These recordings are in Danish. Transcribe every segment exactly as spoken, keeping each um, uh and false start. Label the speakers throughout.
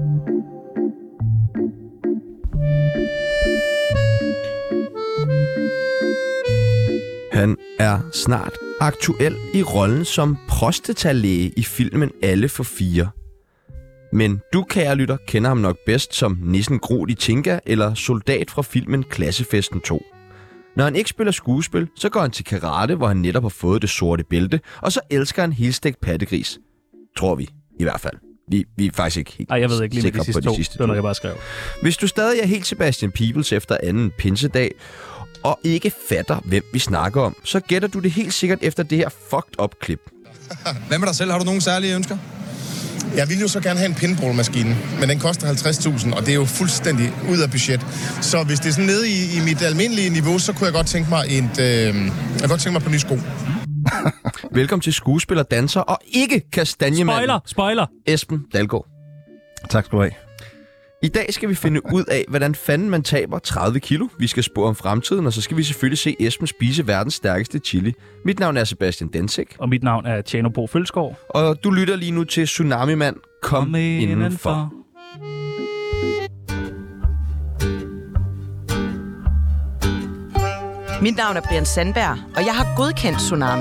Speaker 1: Han er snart aktuel i rollen som prostatalæge i filmen Alle for fire. Men du, kære lytter, kender ham nok bedst som nissen Groth i Tinka eller soldat fra filmen Klassefesten to. Når han ikke spiller skuespil, så går han til karate, hvor han netop har fået det sorte bælte, og så elsker han helstegt pattegris. Tror vi, i hvert fald. Vi, vi er faktisk ikke helt
Speaker 2: Ej, jeg ved ikke lige med de sidste,
Speaker 1: de sidste
Speaker 2: to. Det var, jeg bare skrev.
Speaker 1: Hvis du stadig er helt Sebastian Peebles efter anden pinsedag, og ikke fatter, hvem vi snakker om, så gætter du det helt sikkert efter det her fucked up klip.
Speaker 3: Hvad med dig selv? Har du nogle særlige ønsker?
Speaker 4: Jeg ville jo så gerne have en pinballmaskine, men den koster halvtreds tusind, og det er jo fuldstændig ud af budget. Så hvis det er sådan nede i, i mit almindelige niveau, så kunne jeg godt tænke mig et, øh, jeg kunne godt tænke mig på nye sko.
Speaker 1: Velkommen til skuespiller, danser og ikke kastanjemanden.
Speaker 2: Spoiler, spoiler.
Speaker 1: Esben Dalgaard.
Speaker 5: Tak skal du have.
Speaker 1: I dag skal vi finde ud af, hvordan fanden man taber tredive kilo. Vi skal spå om fremtiden, og så skal vi selvfølgelig se Esben spise verdens stærkeste chili. Mit navn er Sebastian Danzig.
Speaker 2: Og mit navn er Tjano Bo Følsgaard.
Speaker 1: Og du lytter lige nu til Tsunami Mand. Kom, Kom indenfor.
Speaker 6: Mit navn er Brian Sandberg, og jeg har godkendt Tsunami.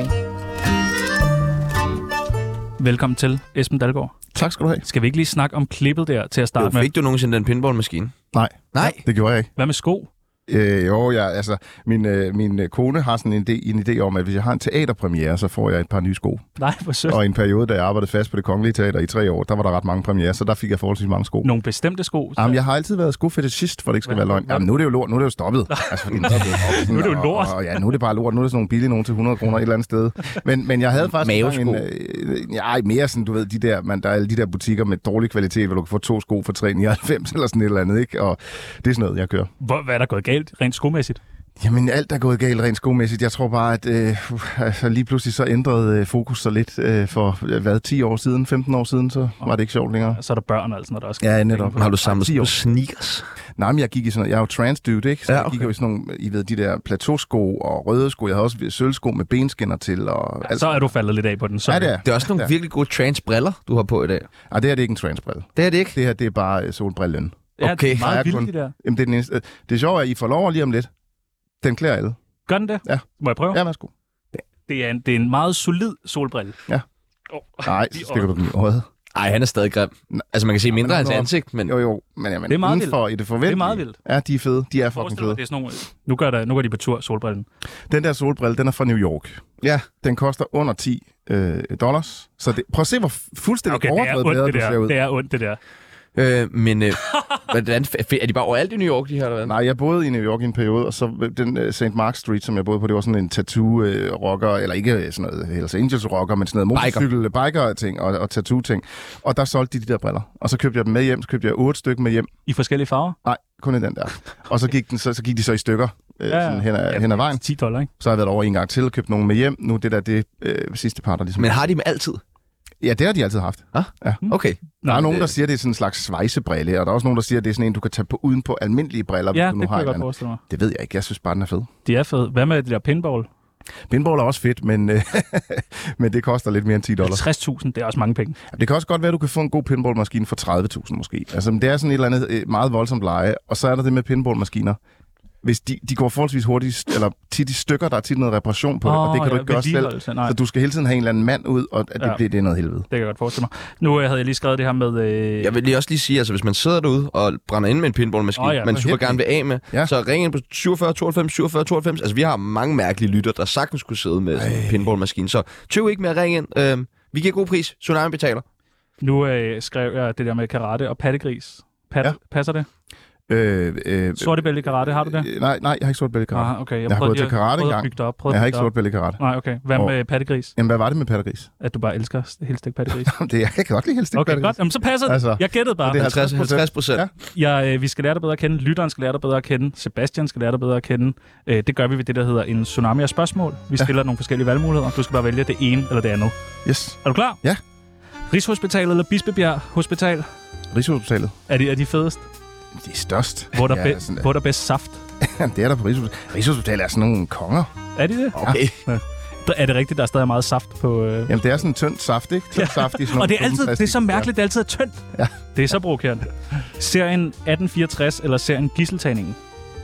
Speaker 2: Velkommen til, Esben Dalgaard.
Speaker 5: Tak skal du have.
Speaker 2: Skal vi ikke lige snakke om klippet der til at starte
Speaker 1: jo,
Speaker 2: med?
Speaker 1: Fik du nogensinde den pinballmaskine?
Speaker 5: Nej.
Speaker 1: Nej?
Speaker 5: Det gjorde jeg ikke.
Speaker 2: Hvad med sko?
Speaker 5: Øh, jo, ja, altså, min, øh, min kone har sådan en idé, en idé om, at hvis jeg har en teaterpremiere, så får jeg et par nye sko.
Speaker 2: Nej, hvor sødt.
Speaker 5: Og i en periode, da jeg arbejdede fast på Det Kongelige Teater i tre år, der var der ret mange premiere, så der fik jeg forholdsvis mange sko.
Speaker 2: Nogle bestemte sko? Så...
Speaker 5: Jamen, jeg har altid været skofetishist, for det ikke skal Hvad? være løgn. Jamen, nu er det jo lort, nu er det jo stoppet. Altså, nu,
Speaker 2: nu er det jo lort.
Speaker 5: Og, og, ja, nu er det bare lort. Nu er det sådan nogle billige nogen til hundrede kroner et eller andet sted. Men, men jeg havde faktisk en... Øh, ja, mere sådan, du ved, de der, man, der er alle de der butikker med dårlig kvalitet, hvor du kan få to sko for tre nioghalvfems eller sådan et eller andet, ikke? Og det er sådan noget, jeg kører.
Speaker 2: Hvor, hvad er der gået galt rent skomæssigt?
Speaker 5: Jamen, alt er gået galt rent skomæssigt. Jeg tror bare, at øh, altså, lige pludselig så ændrede øh, fokus så lidt øh, for, hvad, ti år siden, femten år siden, så var det ikke sjovt længere.
Speaker 2: Så er der børn og alt sådan noget, der også.
Speaker 5: Ja, netop.
Speaker 1: Har du samlet på sneakers?
Speaker 5: Nej, men jeg gik i sådan noget, jeg er jo trans dude, ikke? Så
Speaker 1: ja,
Speaker 5: okay. Jeg gik jo i sådan nogle, I ved, de der plateausko og røde sko. Jeg havde også sølvsko med benskinner til. Og
Speaker 2: ja, så er du faldet lidt af på den. Så
Speaker 5: ja, det er.
Speaker 1: Det er også nogle ja. virkelig gode trans-briller, du har på i dag.
Speaker 5: Nej, det her det er ikke en trans-brille.
Speaker 1: Det er det ikke?
Speaker 5: Det her, det er bare solbrillen.
Speaker 2: Ja,
Speaker 1: okay.
Speaker 2: Det er meget vildt,
Speaker 5: kun,
Speaker 2: de der.
Speaker 5: Jamen, det er den eneste. Det sjove er, at I får lov lige om lidt. Den klæder alle.
Speaker 2: Gør den det?
Speaker 5: Ja.
Speaker 2: Må jeg prøve?
Speaker 5: Ja, værsgo.
Speaker 2: Det er en, det er en meget solid solbrille.
Speaker 5: Ja.
Speaker 2: Oh.
Speaker 5: Nej, så stikker du den i øjet.
Speaker 1: Ej, han er stadig grim. Altså, man kan se mindre af hans ansigt, men...
Speaker 5: Jo, jo, men jamen,
Speaker 2: det er meget
Speaker 5: for, i det forventelige.
Speaker 2: Det er meget vildt.
Speaker 5: Ja, de er fede. De er fucking fede.
Speaker 2: Det er sådan nogle... Nu gør, der, nu går de på tur, solbrillen.
Speaker 5: Den der solbrille, den er fra New York.
Speaker 1: Ja.
Speaker 5: Den koster under ti øh, dollars. Så det, prøv at se, hvor fuldstændig
Speaker 2: okay,
Speaker 5: overdrevet bedre du ser ud.
Speaker 2: Det er ondt, det der.
Speaker 1: Øh, men øh, hvordan, er de bare overalt i New York, de her? Eller hvad?
Speaker 5: Nej, jeg boede i New York i en periode, og så den uh, Saint Mark Street, som jeg boede på, det var sådan en tattoo-rocker, uh, eller ikke sådan noget Hells Angels-rocker, men sådan noget motorcykel, biker-ting og, og tattoo-ting. Og der solgte de de der briller. Og så købte jeg dem med hjem, så købte jeg otte stykker med hjem.
Speaker 2: I forskellige farver?
Speaker 5: Nej, kun i den der. Og så gik, den, så, så gik de så i stykker øh, ja, sådan hen, ad, ja, hen ad vejen.
Speaker 2: ti dollar, ikke?
Speaker 5: Så har jeg været over en gang til og købt nogle med hjem. Nu det der, det øh, sidste par, der ligesom...
Speaker 1: Men har de dem altid?
Speaker 5: Ja, det har de altid haft.
Speaker 1: Ah?
Speaker 5: Ja.
Speaker 1: Okay.
Speaker 5: Der er nogen, der siger, at det er sådan en slags svejsebrille, og der er også nogen, der siger, at det er sådan en, du kan tage på uden på almindelige briller,
Speaker 2: ja,
Speaker 5: hvis du nu
Speaker 2: det
Speaker 5: har
Speaker 2: kan jeg godt forestille mig.
Speaker 5: Det ved jeg ikke. Jeg synes bare, den er fed.
Speaker 2: De er fed. Hvad med det der pinball?
Speaker 5: Pinball er også fedt, men, øh, men det koster lidt mere end ti dollars.
Speaker 2: halvtreds tusind, det er også mange penge.
Speaker 5: Det kan også godt være, at du kan få en god pinballmaskine for tredive tusind måske. Altså, det er sådan et eller andet meget voldsomt leje, og så er der det med pinballmaskiner. Hvis de, de går forholdsvis hurtigt, eller tit i stykker, der er tit noget reparation på oh, det, og det kan ja, du ikke gøre selv. Nej. Så du skal hele tiden have en eller anden mand ud, og at det ja. bliver det noget helvede.
Speaker 2: Det kan jeg godt forestille mig. Nu havde jeg lige skrevet det her med... Øh...
Speaker 1: Jeg vil lige også lige sige, altså hvis man sidder derude og brænder ind med en pinballmaskine, oh, ja, man super gerne vil af med, ja. så ring ind på syvogfyrre tooghalvfems syvogfyrre tooghalvfems. Altså vi har mange mærkelige lytter, der sagtens skulle sidde med sådan en pinballmaskine. Så tøv ikke med at ringe ind. Øh, vi giver god pris. Tsunami betaler.
Speaker 2: Nu øh, skrev jeg det der med karate og pattegris. Pat- ja. Passer det?
Speaker 5: Øh, øh,
Speaker 2: sorte bælte i karate, har du det?
Speaker 5: Øh, nej, nej, jeg har ikke sorte bælte i karate.
Speaker 2: Ah, okay. Jeg,
Speaker 5: jeg har gået til karate engang. Jeg har ikke sorte bælte i karate.
Speaker 2: Nej, okay. Hvad med pattegris?
Speaker 5: Jamen, hvad var det med pattegris?
Speaker 2: At du bare elsker helstegt pattegris.
Speaker 5: det jeg kan godt lide helstegt
Speaker 2: okay,
Speaker 5: pattegris.
Speaker 2: Godt. Jamen, så passer det. Altså, jeg gættede bare.
Speaker 1: Det er halvtreds procent.
Speaker 2: Ja. Ja, øh, vi skal lære dig bedre at kende. Lytteren skal lære dig bedre at kende. Sebastian skal lære dig bedre at kende. Øh, det gør vi ved det, der hedder en tsunami af spørgsmål. Vi stiller ja. nogle forskellige valgmuligheder. Du skal bare vælge det ene eller det andet.
Speaker 5: Yes.
Speaker 2: Er du klar?
Speaker 5: Ja.
Speaker 2: Rigshospitalet eller Bispebjerg Hospital?
Speaker 5: Rigshospitalet.
Speaker 2: Er de, er de fedest?
Speaker 5: De er størst.
Speaker 2: Hvor der, ja, be- hvor der bedst saft?
Speaker 5: det er der på Rigshospitalet. Rigshospitalet er sådan nogle konger.
Speaker 2: Er de det?
Speaker 1: Okay.
Speaker 2: Ja. Er det rigtigt, der er stadig meget saft på... Øh...
Speaker 5: Jamen, det er sådan en tynd saft, ikke? Tynd
Speaker 2: ja.
Speaker 5: saft i sådan
Speaker 2: og det er, altid, det er så mærkeligt, det altid er tyndt.
Speaker 5: Ja.
Speaker 2: Det er så provokerende. Serien atten fireogtres eller serien Gidseltagningen?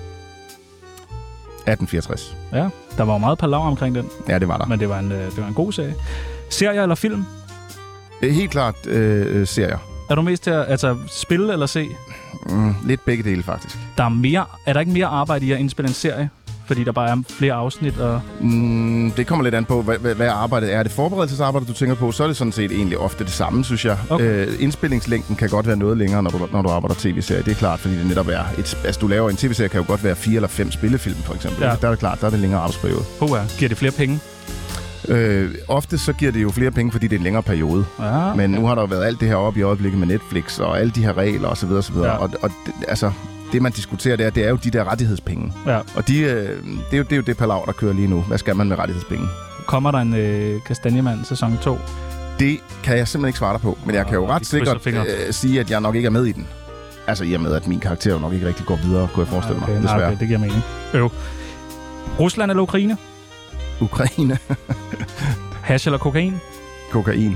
Speaker 5: atten fireogtres.
Speaker 2: Ja, der var jo meget palaver omkring den.
Speaker 5: Ja, det var der.
Speaker 2: Men det var en, det var en god serie. Serier eller film?
Speaker 5: Helt klart øh, serier.
Speaker 2: Er du mest til at altså, spille eller se?
Speaker 5: Mm, lidt begge dele, faktisk.
Speaker 2: Der er, mere, er der ikke mere arbejde i at indspille en serie? Fordi der bare er flere afsnit og...
Speaker 5: Mm, det kommer lidt an på, hvad, hvad, hvad arbejdet er. Er det forberedelsesarbejde, du tænker på, så er det sådan set egentlig ofte det samme, synes jeg.
Speaker 2: Okay.
Speaker 5: Øh, indspillingslængden kan godt være noget længere, når du, når du arbejder tv-serie. Det er klart, fordi det netop er... Et, altså, du laver en tv-serie, kan jo godt være fire eller fem spillefilm, for eksempel.
Speaker 2: Ja.
Speaker 5: Der er det klart, der er det længere arbejdsperiode.
Speaker 2: H R. Giver det flere penge?
Speaker 5: Øh, ofte så giver det jo flere penge, fordi det er en længere periode.
Speaker 2: Ja, okay.
Speaker 5: Men nu har der jo været alt det her op i øjeblikket med Netflix, og alle de her regler osv. osv.
Speaker 2: Ja.
Speaker 5: Og, og det, altså... Det, man diskuterer, det er, det er jo de der rettighedspenge.
Speaker 2: Ja.
Speaker 5: Og de, øh, det, er jo, det er jo det palaver, der kører lige nu. Hvad skal man med rettighedspenge?
Speaker 2: Kommer der en øh, Kastanjemand sæson to?
Speaker 5: Det kan jeg simpelthen ikke svare dig på. Men jeg kan jo
Speaker 2: Og
Speaker 5: ret
Speaker 2: vi krydser
Speaker 5: sikkert
Speaker 2: fingre.
Speaker 5: øh, sige, at jeg nok ikke er med i den. Altså i og med, at min karakter jo nok ikke rigtig går videre, kunne jeg forestille
Speaker 2: okay,
Speaker 5: mig.
Speaker 2: nej,
Speaker 5: Desværre.
Speaker 2: okay, det giver mening. Øv. Rusland eller Ukraine?
Speaker 5: Ukraine.
Speaker 2: Hash eller kokain?
Speaker 5: Kokain.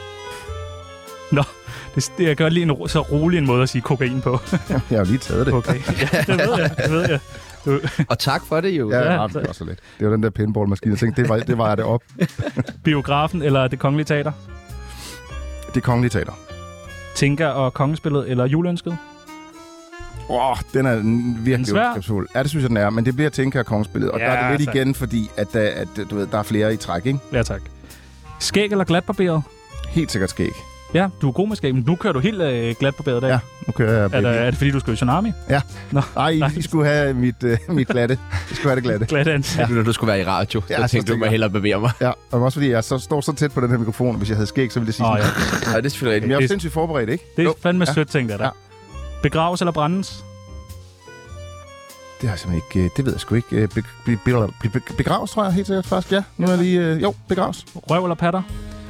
Speaker 2: Nå, det, det jeg gør lige en ro- så rolig en måde at sige kokain på.
Speaker 5: Jeg har jo lige taget det.
Speaker 2: Okay, ja, det ved jeg, det ved jeg. Du,
Speaker 1: Og tak for det jo.
Speaker 5: Ja,
Speaker 2: Ja,
Speaker 5: ja, det var så lidt. Det var den der pinballmaskine. Jeg tænkte, det var, det var det op.
Speaker 2: biografen eller Det Kongelige Teater?
Speaker 5: Det kongelige teater.
Speaker 2: Tinka og Kongespillet eller Juleønsket?
Speaker 5: Åh, oh, den er virkelig
Speaker 2: svær.
Speaker 5: ondskabsfuld. Ja, det synes jeg, den er. Men det bliver Tinka og kongespillet. Og
Speaker 2: Ja,
Speaker 5: der er det lidt
Speaker 2: altså.
Speaker 5: igen, fordi at, der- at, du ved, der er flere i træk, ikke?
Speaker 2: Ja, tak. Skæg eller glatbarberet?
Speaker 5: Helt sikkert skæg.
Speaker 2: Ja, du er god med skæg, men nu kører du helt øh, glatbarberet dag.
Speaker 5: Ja, nu kører jeg.
Speaker 2: Er,
Speaker 5: baby.
Speaker 2: der, er det fordi, du skal i Tsunami?
Speaker 5: Ja.
Speaker 2: Nå,
Speaker 5: Ej,
Speaker 2: nej.
Speaker 5: I skulle have mit, øh, mit glatte. I skulle have det glatte.
Speaker 2: Glat ansigt.
Speaker 1: Ja. Når du skulle være i radio,
Speaker 5: Ja,
Speaker 1: så
Speaker 5: så
Speaker 1: tænkte du
Speaker 5: tænker
Speaker 1: mig
Speaker 5: jeg.
Speaker 1: hellere bevæge mig.
Speaker 5: Ja, og også fordi jeg så står så tæt på den her mikrofon, og hvis jeg havde skæg, så ville jeg sige
Speaker 2: Åh,
Speaker 5: sådan,
Speaker 2: ja.
Speaker 1: Ja, det er selvfølgelig
Speaker 5: Men jeg er jo
Speaker 2: Det-
Speaker 5: sindssygt forberedt, ikke?
Speaker 2: Det er
Speaker 5: Jo.
Speaker 2: fandme
Speaker 5: Ja.
Speaker 2: sødt, tænkt af dig.
Speaker 5: Ja.
Speaker 2: Begraves eller brændes?
Speaker 5: Det har jeg simpelthen ikke... øh, Det ved jeg sgu ikke. Øh, Be, be, be, be, begraves, tror jeg helt sikkert faktisk. Ja, nu er jeg lige... Øh, jo, begraves.
Speaker 2: Røv eller patter?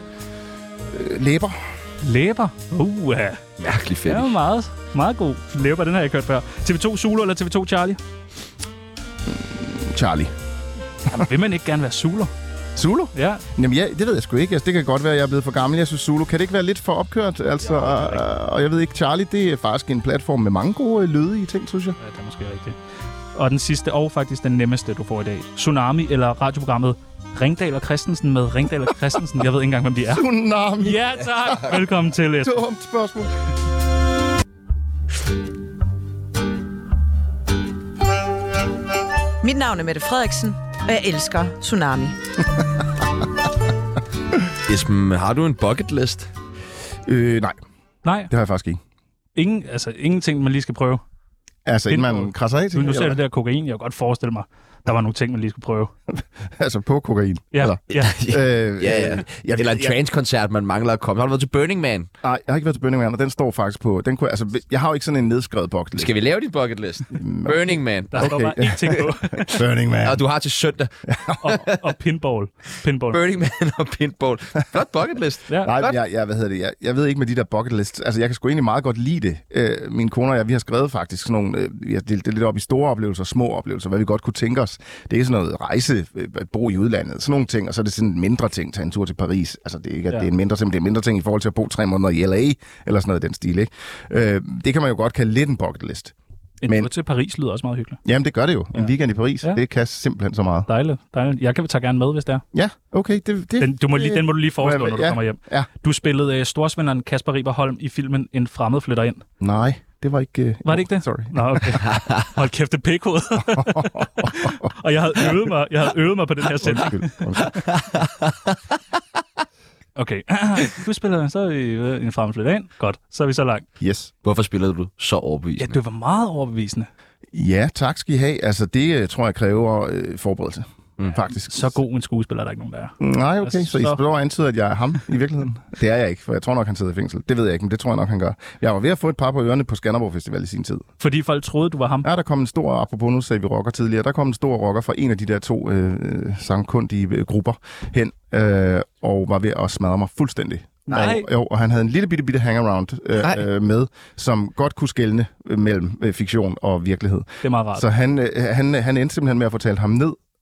Speaker 5: Øh, læber.
Speaker 2: Læber? Uh, ja.
Speaker 1: Mærkelig fedt.
Speaker 2: Det er jo meget, meget god. Læber, den har jeg ikke hørt før. T V to Zulu eller T V to Charlie?
Speaker 5: Charlie.
Speaker 2: Jamen, vil man ikke gerne være Zulu?
Speaker 5: Zulu?
Speaker 2: Ja.
Speaker 5: Jamen ja, det ved jeg sgu ikke. Altså, det kan godt være, at jeg er blevet for gammel. Jeg synes, Zulu kan det ikke være lidt for opkørt? Altså,
Speaker 2: Jo,
Speaker 5: og, og jeg ved ikke, Charlie, det er faktisk en platform med mange gode øh, lydige ting, synes jeg.
Speaker 2: Ja, det er måske rigtigt. Og den sidste, og faktisk den nemmeste, du får i dag. Tsunami eller radioprogrammet Ringdal og Christensen med Ringdal og Christensen. Jeg ved ikke engang, hvem de er.
Speaker 5: Tsunami.
Speaker 2: Ja, tak. Velkommen til. Esben.
Speaker 5: Dumt spørgsmål.
Speaker 6: Mit navn er Mette Frederiksen, og jeg elsker Tsunami.
Speaker 1: Esben, har du en bucket list?
Speaker 5: Øh, nej,
Speaker 2: Nej,
Speaker 5: det har jeg faktisk ikke.
Speaker 2: ingen, altså, ingenting, man lige skal prøve.
Speaker 5: Altså, inden man
Speaker 2: Pinball.
Speaker 5: krasser af
Speaker 2: Nu,
Speaker 5: til
Speaker 2: nu ser
Speaker 5: eller?
Speaker 2: det der kokain. Jeg kan godt forestille mig, der var nogle ting, man lige skulle prøve.
Speaker 5: Altså, på kokain.
Speaker 2: Ja,
Speaker 5: Eller?
Speaker 2: ja.
Speaker 5: Øh,
Speaker 1: Ja, ja.
Speaker 5: øh, Jeg,
Speaker 1: Eller en
Speaker 5: jeg,
Speaker 1: trance-koncert, man mangler at komme. Har du været til Burning Man?
Speaker 5: nej, jeg har ikke været til Burning Man, og den står faktisk på... Den kunne, altså, jeg har jo ikke sådan en nedskrevet bucket list.
Speaker 1: Skal vi lave din bucket list? Burning Man.
Speaker 2: Der står
Speaker 5: Okay.
Speaker 2: bare én ting på.
Speaker 5: Burning Man.
Speaker 1: Og du har til søndag.
Speaker 2: og, og pinball. Pinball.
Speaker 1: Burning Man og pinball. Flot bucket list.
Speaker 2: Ja.
Speaker 5: Nej,
Speaker 1: Godt.
Speaker 5: jeg, jeg, hvad hedder det, jeg, jeg ved ikke med de der bucket lists. Altså, jeg kan sgu egentlig meget godt lide det. Øh, min kone og jeg, vi har skrevet faktisk sådan nogle... Øh, vi har delt det lidt op i store oplevelser, små oplevelser, hvad vi godt kunne tænke os. Det er ikke sådan noget rejse, øh, at bo i udlandet, sådan nogle ting, og så er det sådan en mindre ting, tage en tur til Paris. Altså, det er ikke, at
Speaker 2: Ja.
Speaker 5: det er en mindre ting, men det er en mindre ting i forhold til at bo tre måneder i L A, eller sådan noget i den stil, ikke? Øh, det kan man jo godt kalde lidt en bucket list.
Speaker 2: En
Speaker 5: Men-
Speaker 2: tur til Paris lyder også meget hyggeligt.
Speaker 5: Jamen, det gør det jo. En
Speaker 2: Ja.
Speaker 5: weekend i Paris,
Speaker 2: Ja.
Speaker 5: det kan simpelthen så meget.
Speaker 2: Dejligt, dejligt. Jeg kan tage gerne med, hvis det er.
Speaker 5: Ja, okay. Det, det,
Speaker 2: Den, du må lige, den må du lige foreslå,
Speaker 5: jeg-
Speaker 2: når du
Speaker 5: ja,
Speaker 2: kommer hjem.
Speaker 5: ja.
Speaker 2: Du spillede uh, storsvinderen Kasper Riber Holm i filmen En fremmed flytter ind.
Speaker 5: Nej, det var ikke... Øh,
Speaker 2: Var det ikke det?
Speaker 5: Sorry.
Speaker 2: Nå, okay. Hold kæft, det pikhoved. Og jeg havde øvet mig, jeg havde øvet mig på den her sætning.
Speaker 5: Undskyld. Undskyld.
Speaker 2: Okay, du spiller så i øh, En fremmed flytter ind. Godt, så er vi så langt.
Speaker 5: Yes.
Speaker 1: Hvorfor spillede du så
Speaker 2: Ja,
Speaker 1: overbevisende?
Speaker 2: det var meget overbevisende.
Speaker 5: Ja, tak skal I have. Altså, det øh, tror jeg kræver øh, forberedelse, mm. faktisk.
Speaker 2: Så god en skuespiller er der ikke nogen, der er.
Speaker 5: Nej, okay,
Speaker 2: Altså,
Speaker 5: så I
Speaker 2: så-
Speaker 5: prøver at antyde, at jeg er ham i virkeligheden? Det er jeg ikke, for jeg tror nok, han sidder i fængsel. Det ved jeg ikke, men det tror jeg nok, han gør. Jeg var ved at få et par på ørerne på Skanderborg Festival i sin tid.
Speaker 2: Fordi folk troede, du var ham.
Speaker 5: Ja, der kom en stor, apropos nu sagde vi rocker tidligere, der kom en stor rocker fra en af de der to øh, sangkundige øh, grupper hen, øh, og var ved at smadre mig fuldstændig.
Speaker 2: Nej.
Speaker 5: Og, jo, og han havde en lille bitte, bitte hangaround
Speaker 1: Nej.
Speaker 5: øh, øh, med, som godt kunne skelne øh, mellem øh, fiktion og virkelighed.
Speaker 2: Det er meget rart.
Speaker 5: Så han, øh, han, han endte simpelthen med at få talt ham ned,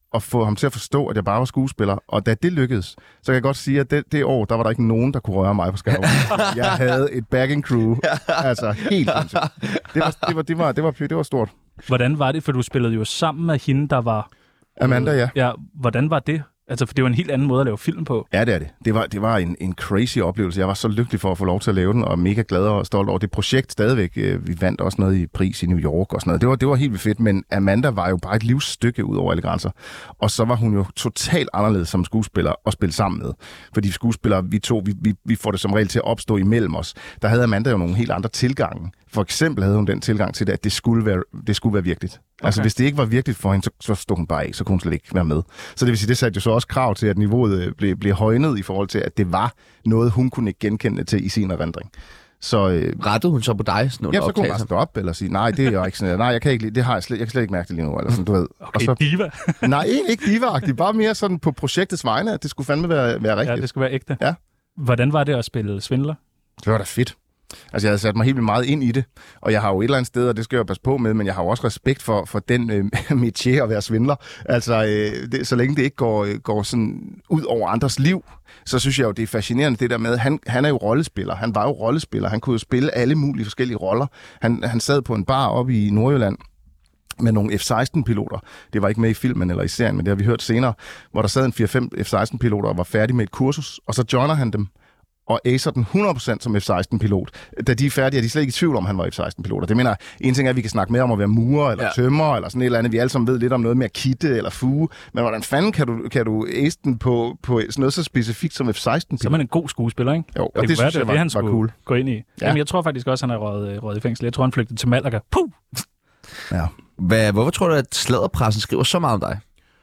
Speaker 5: at få ham til at forstå, at jeg bare var skuespiller. Og da det lykkedes, så kan jeg godt sige, at det, det år, der var der ikke nogen, der kunne røre mig på skærmen. Jeg havde et backing crew. Altså, helt sindssygt. Det var, det var, det var, det var, det var stort.
Speaker 2: Hvordan var det? For du spillede jo sammen med hende, der var...
Speaker 5: Amanda, ja.
Speaker 2: Ja, hvordan var det? Altså, for det var en helt anden måde at lave film på.
Speaker 5: Ja, det er det. Det var, det var en, en crazy oplevelse. Jeg var så lykkelig for at få lov til at lave den, og mega glad og stolt over det projekt stadigvæk. Vi vandt også noget i pris i New York og sådan noget. Det var, det var helt vildt fedt, men Amanda var jo bare et livsstykke ud over alle grænser. Og så var hun jo totalt anderledes som skuespiller at spille sammen med. Fordi skuespillere, vi to, vi, vi, vi får det som regel til at opstå imellem os. Der havde Amanda jo nogle helt andre tilgange. For eksempel havde hun den tilgang til det, at det skulle være, det skulle være virkeligt. Okay. Altså, hvis det ikke var virkeligt for hende, så, så stod hun bare ikke, så kunne hun slet ikke være med. Så det vil sige, det satte jo så også krav til, at niveauet blev, blev højnet i forhold til, at det var noget, hun kunne ikke genkende til i sin erindring. Så øh,
Speaker 1: rettede hun så på dig? Sådan
Speaker 5: ja, så kunne hun bare stå op eller sige, nej, det er jo ikke sådan, nej, jeg kan ikke, det har jeg slet, jeg kan slet ikke mærke det lige nu, eller sådan, du ved.
Speaker 2: Okay,
Speaker 5: og så,
Speaker 2: diva.
Speaker 5: nej, egentlig ikke diva-agtigt, bare mere sådan på projektets vegne, at det skulle fandme være, være rigtigt.
Speaker 2: Ja, det skulle være ægte.
Speaker 5: Ja.
Speaker 2: Hvordan var det at spille svindler?
Speaker 5: Det var da fedt. Altså, jeg havde sat mig helt vildt meget ind i det, og jeg har jo et eller andet sted, og det skal jeg jo passe på med, men jeg har jo også respekt for, for den øh, métier at være svindler. Altså, øh, det, så længe det ikke går, går sådan ud over andres liv, så synes jeg jo, det er fascinerende det der med, han, han er jo rollespiller, han var jo rollespiller, han kunne jo spille alle mulige forskellige roller. Han, han sad på en bar oppe i Nordjylland med nogle F seksten piloter. Det var ikke med i filmen eller i serien, men det har vi hørt senere, hvor der sad en fire fem F seksten piloter og var færdig med et kursus, og så joiner han dem og acer den hundrede procent som F seksten pilot. Da de er færdige, er de slet ikke i tvivl om, han var F seksten pilot. Og det mener, en ting er, at vi kan snakke mere om at være murer eller ja. tømmer, eller sådan et eller andet. Vi alle sammen ved lidt om noget med at kitte eller fuge. Men hvordan fanden kan du, kan du ace den på, på sådan noget så specifikt som F seksten pilot?
Speaker 2: Så er man en god skuespiller, ikke?
Speaker 5: Jo, og det, det, det synes jeg var, det, han var cool.
Speaker 2: Gå ind i. Ja. Jamen, jeg tror faktisk også, han er røget, røget i fængsel. Jeg tror, han flygtede til Malaga. Puh!
Speaker 5: Ja.
Speaker 1: Hvad, hvorfor tror du, at sladderpressen skriver så meget om dig?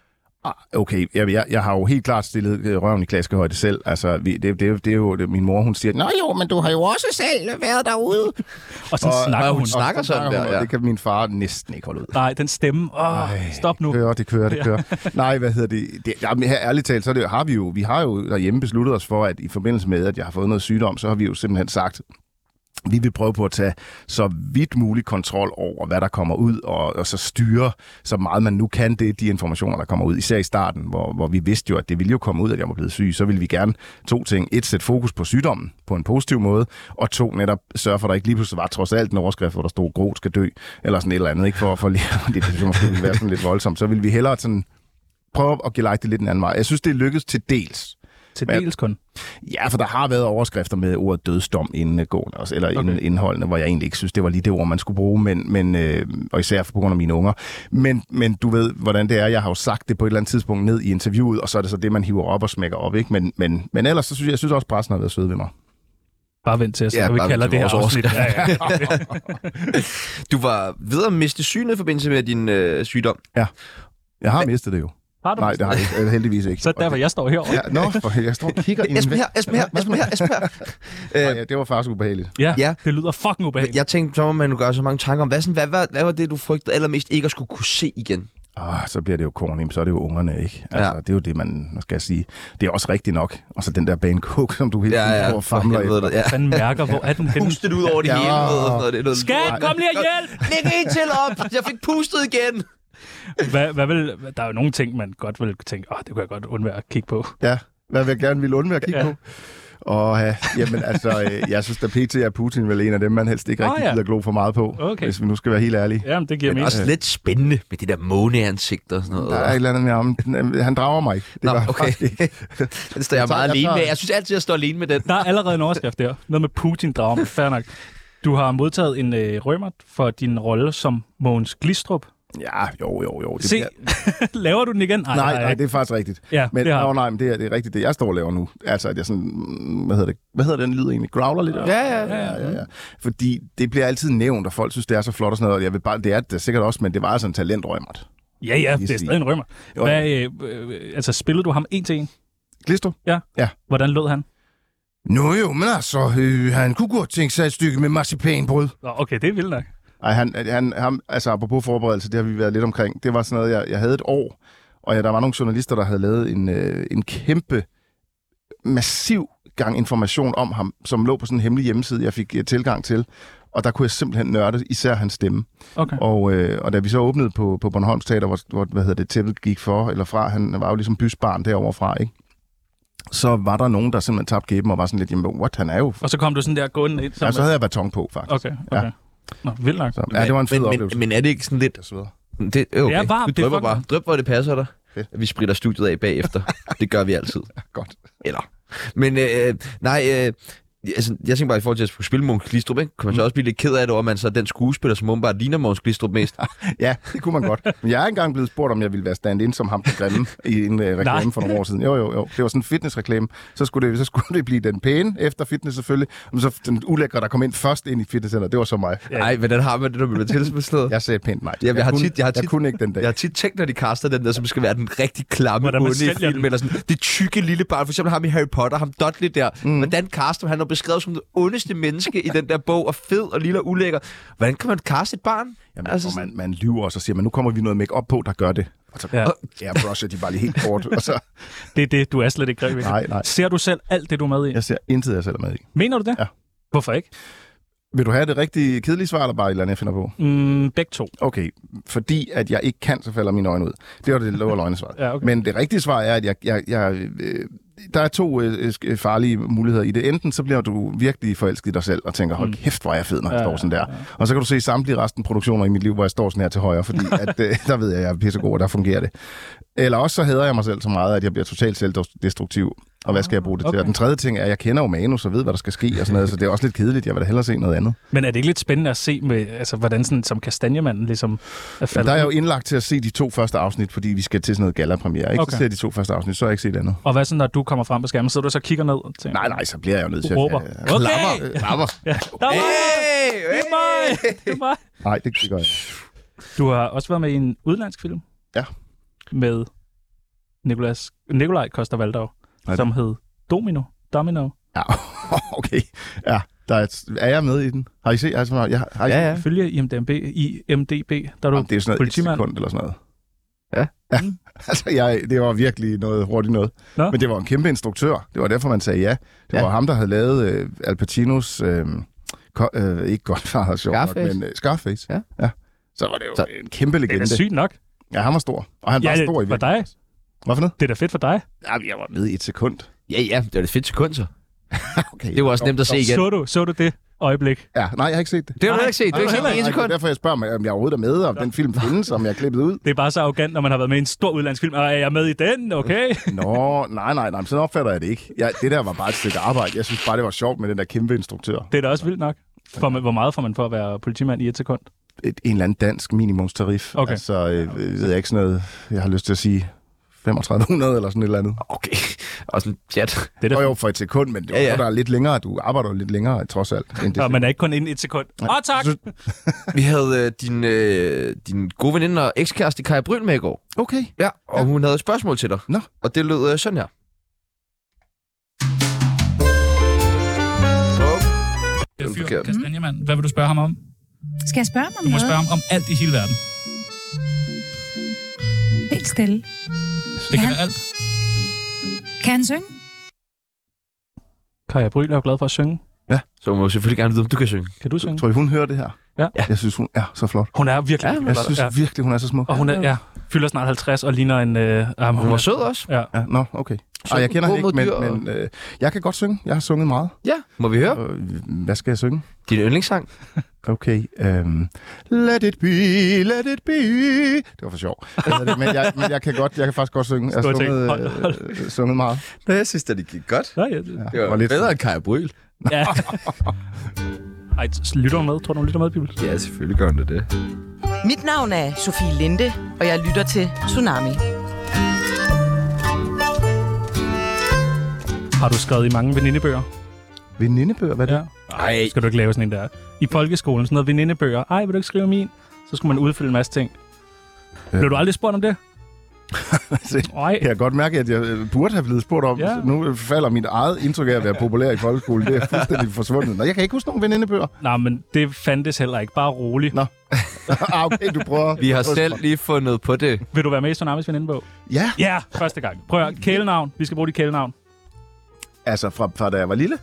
Speaker 5: Okay, jeg, jeg, jeg har jo helt klart stillet røven i klaskehøjde selv. Altså, vi, det, det, det er jo det, min mor, hun siger, nå jo, men du har jo også selv været derude.
Speaker 2: Og så snakker
Speaker 1: og,
Speaker 2: hun.
Speaker 1: Og snakker
Speaker 5: og
Speaker 1: sådan
Speaker 5: der,
Speaker 1: der,
Speaker 5: ja. Det kan min far næsten ikke holde ud.
Speaker 2: Nej, den stemme. Åh, oh, stop nu.
Speaker 5: Det kører, det kører, det kører. Nej, hvad hedder det? det jamen, her, ærligt talt, så det, har vi jo, vi har jo derhjemme besluttet os for, at i forbindelse med, at jeg har fået noget sygdom, så har vi jo simpelthen sagt, vi vil prøve på at tage så vidt mulig kontrol over, hvad der kommer ud, og, og så styre så meget man nu kan det, de informationer, der kommer ud. Især i starten, hvor, hvor vi vidste jo, at det ville jo komme ud, at jeg var blevet syg. Så ville vi gerne to ting. Et, sætte fokus på sygdommen på en positiv måde, og to, netop sørge for, at der ikke lige pludselig var trods alt en overskrift, hvor der stod, Groth skal dø, eller sådan et eller andet, ikke for, for lige, det, det måske ville være sådan lidt voldsomt. Så ville vi hellere sådan prøve at gelejte det lidt en anden vej. Jeg synes, det er lykkedes til dels.
Speaker 2: Til dels kun?
Speaker 5: Ja, for der har været overskrifter med ordet dødsdom indgående, også, eller okay. indholdende, hvor jeg egentlig ikke synes, det var lige det ord, man skulle bruge, men, men, øh, og især på grund af mine unger. Men, men du ved, hvordan det er. Jeg har jo sagt det på et eller andet tidspunkt ned i interviewet, og så er det så det, man hiver op og smækker op. Ikke? Men, men, men ellers, så synes jeg, jeg synes også, pressen har været sød ved mig.
Speaker 2: Bare vent til at se,
Speaker 1: ja,
Speaker 2: hvad vi kalder det her afsnit. Ja, ja.
Speaker 1: Du var ved at miste synet i forbindelse med din øh, sygdom.
Speaker 5: Ja, jeg har mistet det jo. Nej, det har jeg ikke. Heldigvis ikke.
Speaker 2: Så derfor, jeg står herovre.
Speaker 5: Ja, nå, for jeg står og kigger ind.
Speaker 1: Esben her, Esben her, Esben her, Esben her.
Speaker 5: Nej, ja, det var faktisk ubehageligt.
Speaker 2: Ja, ja, det lyder fucking ubehageligt.
Speaker 1: Jeg tænkte, så må man jo gøre så mange tanker om, hvad, sådan, hvad, hvad, hvad var det, du frygtede allermest ikke at skulle kunne se igen?
Speaker 5: Ah, så bliver det jo corny, så er det jo ungerne, ikke? Altså, ja. Det er jo det, man, hvad skal jeg sige, det er også rigtigt nok. Og så den der Bane Cook, som du hele tiden
Speaker 1: ja, ja,
Speaker 5: får famler efter.
Speaker 1: Det, ja.
Speaker 2: Fanden mærker, hvor er den henne?
Speaker 1: Pustet ud over det ja. hele. Noget, det er noget
Speaker 2: Skat, kom lige og hjælp!
Speaker 1: Læg en til op! Jeg fik pustet igen!
Speaker 2: Hvad, hvad vil, der er jo nogle ting, man godt vil tænke, åh, det kunne jeg godt undvære at kigge på.
Speaker 5: Ja, hvad vil jeg gerne ville undvære at kigge
Speaker 2: ja.
Speaker 5: på? Og ja, jamen altså, øh, jeg synes, at P T er Putin vel en af dem, man helst ikke rigtig oh, ja. gider glo for meget på,
Speaker 2: okay.
Speaker 5: hvis vi nu skal være helt ærlige.
Speaker 2: Jamen, det giver
Speaker 1: mening. Det er også lidt spændende med det der måneansigt og sådan noget.
Speaker 5: Der er et eller andet med ham. Han drager mig ikke. Det
Speaker 1: Nå,
Speaker 5: var
Speaker 1: okay. Det står jeg meget alene med. Jeg synes altid, jeg står alene med den.
Speaker 2: Der er allerede en overskrift der. Noget med Putin drager mig. Fair nok. Du har modtaget en øh, rømmert for din rolle som Mogens Glistrup.
Speaker 5: Ja, jo, jo, jo. Det
Speaker 2: Se,
Speaker 5: bliver...
Speaker 2: laver du den igen?
Speaker 5: Ej, nej, nej, nej, det er faktisk rigtigt.
Speaker 2: Ja,
Speaker 5: men,
Speaker 2: det har
Speaker 5: nå, nej, men det er, det er rigtigt, det jeg står og laver nu. Altså, at jeg sådan, hvad hedder det? Hvad hedder den lyd egentlig? Growler lidt?
Speaker 1: Ja, ja, ja.
Speaker 5: ja, ja, ja. Fordi det bliver altid nævnt, og folk synes, det er så flot og sådan noget. Jeg vil bare, det er det sikkert også, men det var altså en talentrømmert.
Speaker 2: Ja, ja, det er stadig en rømmer. Hvad, øh, øh, altså, spillede du ham en til en?
Speaker 5: Glistrup?
Speaker 2: Ja.
Speaker 5: Ja.
Speaker 2: Hvordan lød han?
Speaker 5: Nå jo, men altså, øh, han kunne godt tænke sig et stykke med marcipanbrød.
Speaker 2: Nå, okay, det er vildt nok.
Speaker 5: Ej, han, han, han, altså apropos forberedelse, det har vi været lidt omkring. Det var sådan noget, jeg, jeg havde et år, og ja, der var nogle journalister, der havde lavet en, øh, en kæmpe, massiv gang information om ham, som lå på sådan en hemmelig hjemmeside, jeg fik uh, tilgang til. Og der kunne jeg simpelthen nørde især hans stemme.
Speaker 2: Okay.
Speaker 5: Og, øh, og da vi så åbnede på, på Bornholms Teater, hvor, hvor hvad hedder det, tæppet gik for, eller fra, han var jo ligesom bysbarn derovre fra, ikke? Så var der nogen, der simpelthen tabte kæben og var sådan lidt, jamen, what, han er jo...
Speaker 2: Og så kom du sådan der gående ind?
Speaker 5: Ja, så havde jeg baton på, faktisk.
Speaker 2: Okay, okay. Ja. Nå, vildt nok.
Speaker 5: Så, ja, det var en fed
Speaker 1: men,
Speaker 5: oplevelse.
Speaker 1: Men, men er det ikke sådan lidt...
Speaker 5: Jeg sveder.
Speaker 1: Det, okay.
Speaker 2: det er varmt.
Speaker 1: Du drøber
Speaker 2: det er
Speaker 1: bare. Drøb, hvor det passer dig.
Speaker 5: Fedt.
Speaker 1: Vi spritter studiet af bagefter. Det gør vi altid.
Speaker 5: Godt.
Speaker 1: Eller... Men øh, nej... Øh, altså, jeg tænker bare i forhold til at skulle spille Mogens Glistrup, ikke? Kan man så også blive lidt ked af det over, at man så er den skuespiller, som åbenbart ligner Mogens Glistrup mest?
Speaker 5: Ja, det kunne man godt. Men jeg er engang blevet spurgt, om jeg ville være stand-in som ham på Grimme i en uh, reklame for nogle år siden. Jo, jo, jo. Det var sådan en fitnessreklame. Så skulle det, så skulle det blive den pæne efter fitness selvfølgelig. Men så den ulækre, der kom ind først ind i fitnesscenter, det var så mig.
Speaker 1: Nej, ja. hvordan har man det, når man bliver tilsbeslået?
Speaker 5: Jeg sagde pænt nej.
Speaker 1: Ja, jeg,
Speaker 5: jeg,
Speaker 1: har
Speaker 5: kunne,
Speaker 1: tit, jeg, har tit,
Speaker 5: jeg kunne ikke den dag.
Speaker 1: Jeg har tit tænkt, når de kaster den der, som skal være den rigtig klamme
Speaker 2: Hvordan man
Speaker 1: onde i
Speaker 2: sælger
Speaker 1: filmen,
Speaker 2: den.
Speaker 1: eller sådan. Det tykke lille barn, for eksempel ham i Harry Potter, ham Dudley der. Mm. Hvordan kaster han er beskrevet som det ondeste menneske i den der bog, og fed og lille og ulækker. Hvordan kan man kaste et barn?
Speaker 5: Jamen,
Speaker 1: altså,
Speaker 5: altså, man, man lyver, og så siger man, nu kommer vi noget make-up på, der gør det. Og så
Speaker 2: Ja.
Speaker 5: ja. brusher de bare lige helt kort. Og så,
Speaker 2: Det er det, du er slet ikke greb i.
Speaker 5: nej, nej.
Speaker 2: Ser du selv alt det, du er med i?
Speaker 5: Jeg ser intet, jeg selv er med i.
Speaker 2: Mener du det?
Speaker 5: Ja.
Speaker 2: Hvorfor ikke?
Speaker 5: Vil du have det rigtig kedelige svar, eller bare et eller andet, jeg finder på?
Speaker 2: Mm, begge to.
Speaker 5: Okay, fordi at jeg ikke kan, så falder mine øjne ud. Det var det love løgnesvar.
Speaker 2: Ja, okay.
Speaker 5: Men det rigtige svar er, at jeg, jeg, jeg, øh, der er to øh, farlige muligheder i det. Enten så bliver du virkelig forelsket i dig selv og tænker, hold kæft, hvor er jeg fed, når jeg
Speaker 2: Ja,
Speaker 5: står sådan der.
Speaker 2: ja, ja.
Speaker 5: Og så kan du se samtlige resten produktioner i mit liv, hvor jeg står sådan her til højre, fordi at, øh, der ved jeg, at jeg er pissegod, og der fungerer det. Eller også så hader jeg mig selv så meget, at jeg bliver totalt selvdestruktiv. Og hvad skal jeg bruge det
Speaker 2: okay.
Speaker 5: til? Og den tredje ting er, at jeg kender jo manus og ved, hvad der skal ske og sådan noget, så det er også lidt kedeligt. Jeg vil da hellere se noget andet.
Speaker 2: Men er det ikke lidt spændende at se, med, altså, hvordan sådan, som kastanjemanden ligesom er
Speaker 5: Ja,
Speaker 2: faldet?
Speaker 5: der er jeg jo indlagt til at se de to første afsnit, fordi vi skal til sådan noget gala-premiere. Ikke?
Speaker 2: Okay.
Speaker 5: Så ser jeg de to første afsnit, så har jeg ikke set andet.
Speaker 2: Og hvad så, når du kommer frem på skærmen? Så du så kigger ned? Og tænker,
Speaker 5: Nej, nej, så bliver jeg jo nødt til
Speaker 2: Du råber.
Speaker 5: at...
Speaker 2: Okay!
Speaker 5: Klammer. Klammer.
Speaker 2: Ja. Der var
Speaker 1: Hey,
Speaker 2: det er mig! Det er mig!
Speaker 5: Nej, det, det gør jeg.
Speaker 2: Du har også været med i en udenlandsk film.
Speaker 5: Ja.
Speaker 2: Med Nicolas, Nikolaj Coster-Waldau,
Speaker 5: Nej,
Speaker 2: som hed Domino. Domino.
Speaker 5: Ja, okay. Ja, der er, er jeg med i den? Har I set? Altså, jeg, har I
Speaker 1: Ja, ja.
Speaker 2: Følge I M D B, I M D B, der er du
Speaker 5: Jamen, det er sådan noget et
Speaker 2: politimand.
Speaker 5: sekund eller sådan noget.
Speaker 1: Ja.
Speaker 5: Ja, altså jeg, det var virkelig noget hurtigt noget.
Speaker 2: Nå.
Speaker 5: Men det var en kæmpe instruktør. Det var derfor, man sagde ja. Det
Speaker 1: Ja.
Speaker 5: var ham, der havde lavet øh, Al Pacinos... Øh, ko, øh, ikke Godfather, sjovt nok,
Speaker 1: Scarface.
Speaker 5: men øh, Scarface.
Speaker 1: Ja.
Speaker 5: ja. Så var det jo
Speaker 1: Så-
Speaker 5: en kæmpe
Speaker 2: Det er
Speaker 5: legende.
Speaker 2: da sygt nok.
Speaker 5: Ja, han var stor. Og han
Speaker 2: Ja,
Speaker 5: var
Speaker 2: det-
Speaker 5: stor i
Speaker 2: for dig.
Speaker 5: virkeligheden. Hvad for noget?
Speaker 2: Det er da fedt for dig.
Speaker 5: Ja, jeg var med i et sekund.
Speaker 1: Ja, ja, det var et fedt sekund, så.
Speaker 5: Okay.
Speaker 1: Det var også nemt at se igen.
Speaker 2: Så du, så du det øjeblik?
Speaker 5: Ja, nej, jeg har ikke set det.
Speaker 1: Det har du
Speaker 2: Nej,
Speaker 1: ikke set. Det
Speaker 2: nej,
Speaker 1: er ikke
Speaker 2: heller
Speaker 1: set en
Speaker 5: Nej, det er
Speaker 1: sekund.
Speaker 5: derfor, jeg spørger mig, om jeg overhovedet er med, om den film findes, om jeg er klippet ud.
Speaker 2: Det er bare så arrogant, når man har været med i en stor udlandsk film. Og er jeg med i den? Okay.
Speaker 5: Nå, nej, nej, nej, men sådan opfatter jeg det ikke. Jeg, det der var bare et stykke arbejde. Jeg synes bare, det var sjovt med den der kæmpe instruktør.
Speaker 2: Det er da også vildt nok. For, hvor meget får man for at være politimand i et sekund?
Speaker 5: Et, en eller anden dansk minimumstarif.
Speaker 2: Okay.
Speaker 5: Altså, øh, ved jeg ikke sådan noget, jeg har lyst til at sige femogtredive hundrede eller sådan et eller andet.
Speaker 1: Okay. Og sådan chat.
Speaker 2: Det er
Speaker 5: Og
Speaker 2: da
Speaker 5: jo, for et sekund, men det var
Speaker 1: Ja,
Speaker 5: ja,
Speaker 1: ja.
Speaker 5: ja. der er lidt længere. Du arbejder jo lidt længere, trods alt. End det
Speaker 2: og man er ikke kun inde i et sekund. Åh, oh, tak!
Speaker 1: Vi havde øh, din, øh, din gode veninde og ekskæreste Kaja Bryl med i går.
Speaker 5: Okay.
Speaker 1: Ja, og ja. hun havde et spørgsmål til dig.
Speaker 5: Nå.
Speaker 1: Og det lød øh, sådan her.
Speaker 2: Det er fyr,
Speaker 1: forkert.
Speaker 2: kastanjemand. Hvad vil du spørge ham om?
Speaker 7: Skal jeg spørge ham om
Speaker 2: Du må
Speaker 7: noget?
Speaker 2: spørge ham om alt i hele verden.
Speaker 7: Helt stille.
Speaker 2: Det kan
Speaker 7: Ja.
Speaker 2: være alt.
Speaker 7: Kan han synge?
Speaker 2: Kaja Bryl er jo glad for at synge.
Speaker 1: Så må du selvfølgelig gerne vide, om du kan synge.
Speaker 2: Kan du synge?
Speaker 5: Tror I, hun hører det her?
Speaker 2: Ja.
Speaker 5: Jeg synes, hun er så flot.
Speaker 2: Hun er virkelig
Speaker 1: Ja,
Speaker 2: flot.
Speaker 5: Jeg synes
Speaker 2: ja.
Speaker 5: virkelig, hun er så smuk.
Speaker 2: Og hun er, ja, fylder snart halvtreds og ligner en... Øh, um,
Speaker 1: Hun var sød også.
Speaker 2: Ja.
Speaker 5: Ja, nå, okay.
Speaker 1: Så
Speaker 5: Og jeg kender
Speaker 1: god
Speaker 5: hende ikke,
Speaker 1: mod dyr,
Speaker 5: men, men øh, jeg kan godt synge. Jeg har sunget meget.
Speaker 1: Ja, må vi høre?
Speaker 5: Øh, hvad skal jeg synge?
Speaker 1: Din yndlingssang?
Speaker 5: Okay. Um, let it be, let it be. Det var for sjov. men, jeg, men jeg kan godt, jeg kan faktisk godt synge. Jeg har
Speaker 2: Store ting.
Speaker 5: sunget,
Speaker 2: Hold- hold.
Speaker 5: øh, sunget meget.
Speaker 1: Nej, jeg synes, at det gik godt.
Speaker 2: Nej, ja, det,
Speaker 5: Ja,
Speaker 1: Det var,
Speaker 5: var lidt-
Speaker 1: bedre end Kaja Bryl.
Speaker 2: ja. Ej, lytter hun med? Tror du, hun lytter med, Pibels?
Speaker 1: Ja, selvfølgelig gør hun det. det.
Speaker 6: Mit navn er Sofie Linde, og jeg lytter til Tsunami.
Speaker 2: Har du skrevet i mange venindebøger?
Speaker 5: Venindebøger, hvad er det?
Speaker 2: Ja.
Speaker 1: Ej,
Speaker 2: Skal du ikke lave sådan en der? I folkeskolen, sådan noget venindebøger. Ej, vil du ikke skrive min? Så skulle man udfylde en masse ting.
Speaker 5: Ja.
Speaker 2: Blev du aldrig spurgt om det? Nej.
Speaker 5: Jeg kan godt mærke, at jeg øh, burde have blevet spurgt om.
Speaker 2: Ja.
Speaker 5: Ja. Nu falder mit eget indtryk af at være populær i folkeskolen. Det er fuldstændig forsvundet. Nå, jeg kan ikke huske nogen venindebøger.
Speaker 2: Nej, men det fandtes heller ikke. Bare rolig.
Speaker 5: Nå. ah, okay, du prøver.
Speaker 1: vi har selv lige fundet på det.
Speaker 2: Vil du være med i Tsunamis venindebog?
Speaker 5: Ja,
Speaker 2: Ja, første gang. Prøv at høre. Kælenavn. Vi skal bruge dit kælenavn.
Speaker 5: altså fra, fra da jeg var lille.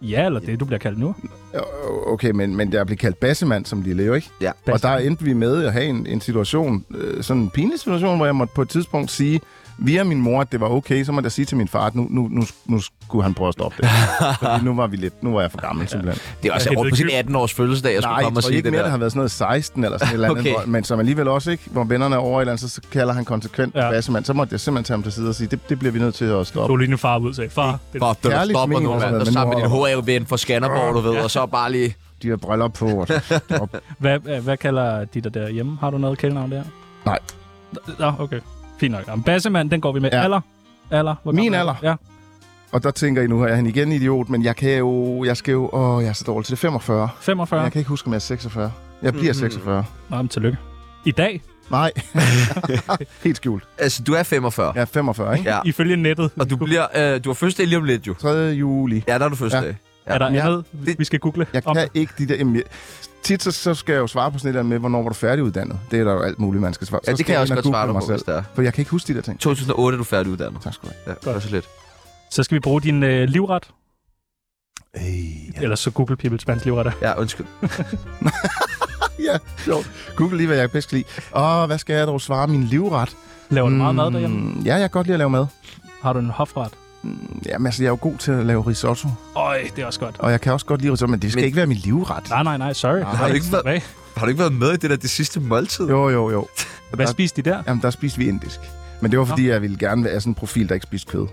Speaker 2: Ja, eller det, du bliver kaldt nu.
Speaker 5: Okay, men, men jeg blev kaldt bassemand som lille, jo ikke?
Speaker 1: Ja.
Speaker 5: Og der endte vi med at have en, en situation, øh, sådan en pinlig situation, hvor jeg måtte på et tidspunkt sige, via min mor, at det var okay, så måtte jeg sige til min far, at nu, nu, nu, nu skulle han prøve at stoppe det. Fordi nu var vi lidt, nu var jeg for gammel, simpelthen.
Speaker 1: Det er også
Speaker 2: Ja,
Speaker 1: rundt på sin atten-års fødselsdag, jeg skulle
Speaker 5: Nej,
Speaker 1: komme og
Speaker 5: jeg tror
Speaker 1: sige
Speaker 5: ikke
Speaker 1: det
Speaker 5: mere,
Speaker 1: der.
Speaker 5: det har været sådan noget seksten eller sådan et eller andet,
Speaker 1: Okay.
Speaker 5: hvor, men som alligevel også, ikke, hvor vennerne er over et eller andet, så kalder han konsekvent
Speaker 2: Ja.
Speaker 5: ja. bassemand. Så måtte jeg simpelthen tage ham til side og sige, det, det bliver vi nødt til at stoppe.
Speaker 2: Du lige nu far ud og sagde, far, det
Speaker 1: For at
Speaker 5: Kærligt
Speaker 1: stopper
Speaker 5: ment,
Speaker 1: nu,
Speaker 5: altså,
Speaker 1: mand. Og
Speaker 5: men
Speaker 1: sammen med
Speaker 5: nu-
Speaker 1: din H A-ven fra Skanderborg, du ved, og så bare lige...
Speaker 5: De har briller på. Og så stop.
Speaker 2: hvad, hvad, hvad kalder de der derhjemme? Har du noget kælenavn der?
Speaker 5: Nej.
Speaker 2: Nå, okay. Fint nok. Jamen, bassemand, den går vi med.
Speaker 5: Ja.
Speaker 2: Alder? Alder? Hvor
Speaker 5: Min
Speaker 2: gammel er
Speaker 5: alder?
Speaker 2: du? Ja.
Speaker 5: Og der tænker I, nu er han igen idiot, men jeg kan jo, jeg skal jo, åh, jeg er så dårlig til det, femogfyrre.
Speaker 2: femogfyrre?
Speaker 5: Jeg kan ikke huske, om jeg er seksogfyrre. Jeg bliver
Speaker 1: Mhm.
Speaker 5: seksogfyrre.
Speaker 2: Nå, men tillykke. I dag?
Speaker 5: Nej. Helt skjult.
Speaker 1: Altså, du er femogfyrre.
Speaker 5: Jeg er femogfyrre, ikke?
Speaker 1: Ja.
Speaker 2: Ifølge nettet.
Speaker 1: Og du bliver... Øh, du har fødselsdag lige om lidt, jo.
Speaker 5: tredje juli.
Speaker 1: Ja, der er du fødselsdag.
Speaker 2: Er der
Speaker 5: Ja.
Speaker 2: andet,
Speaker 1: Det-
Speaker 2: vi skal google?
Speaker 5: Jeg
Speaker 2: om
Speaker 5: kan
Speaker 2: det?
Speaker 5: ikke de der... Jamen, jeg- tit så, så skal jeg jo svare på sådan et eller andet med, hvornår var du færdiguddannet. Det er der jo alt muligt, man skal svare.
Speaker 1: Ja,
Speaker 5: Så
Speaker 1: det
Speaker 5: skal
Speaker 1: kan jeg også
Speaker 5: ind
Speaker 1: godt
Speaker 5: og
Speaker 1: svare
Speaker 5: google
Speaker 1: dig på,
Speaker 5: mig
Speaker 1: hvis det er.
Speaker 5: For jeg kan ikke huske de der ting.
Speaker 1: to tusind og otte er du færdiguddannet.
Speaker 5: Tak skal du have.
Speaker 1: Ja, det er så lidt.
Speaker 2: Så skal vi bruge din øh, livret.
Speaker 5: Hey, ja.
Speaker 2: Eller så Google Peoples Bands livret er.
Speaker 1: Ja, undskyld.
Speaker 5: ja, sjovt. Google lige, hvad jeg bedst kan lide. Åh, hvad skal jeg dog svare? Min livret?
Speaker 2: Laver du meget mad derhjemme?
Speaker 5: Mm, Ja, jeg kan godt lide at lave mad.
Speaker 2: Har du en hofret?
Speaker 5: Mm, Jamen, altså, jeg er jo god til at lave risotto.
Speaker 2: Øj, det er også godt.
Speaker 5: Og jeg kan også godt lide risotto, men det skal
Speaker 1: Men-
Speaker 5: ikke være min livret.
Speaker 2: Nej, nej, nej, sorry.
Speaker 5: Nej,
Speaker 1: har du ikke været-
Speaker 2: Hvad,
Speaker 1: Har du ikke været med i det der det sidste måltid?
Speaker 5: Jo, jo, jo.
Speaker 2: Hvad
Speaker 5: der,
Speaker 2: spiste de der?
Speaker 5: Jamen, der spiste vi indisk. Men det var, fordi jeg ville gerne være sådan en profil, der ikke spiste kød.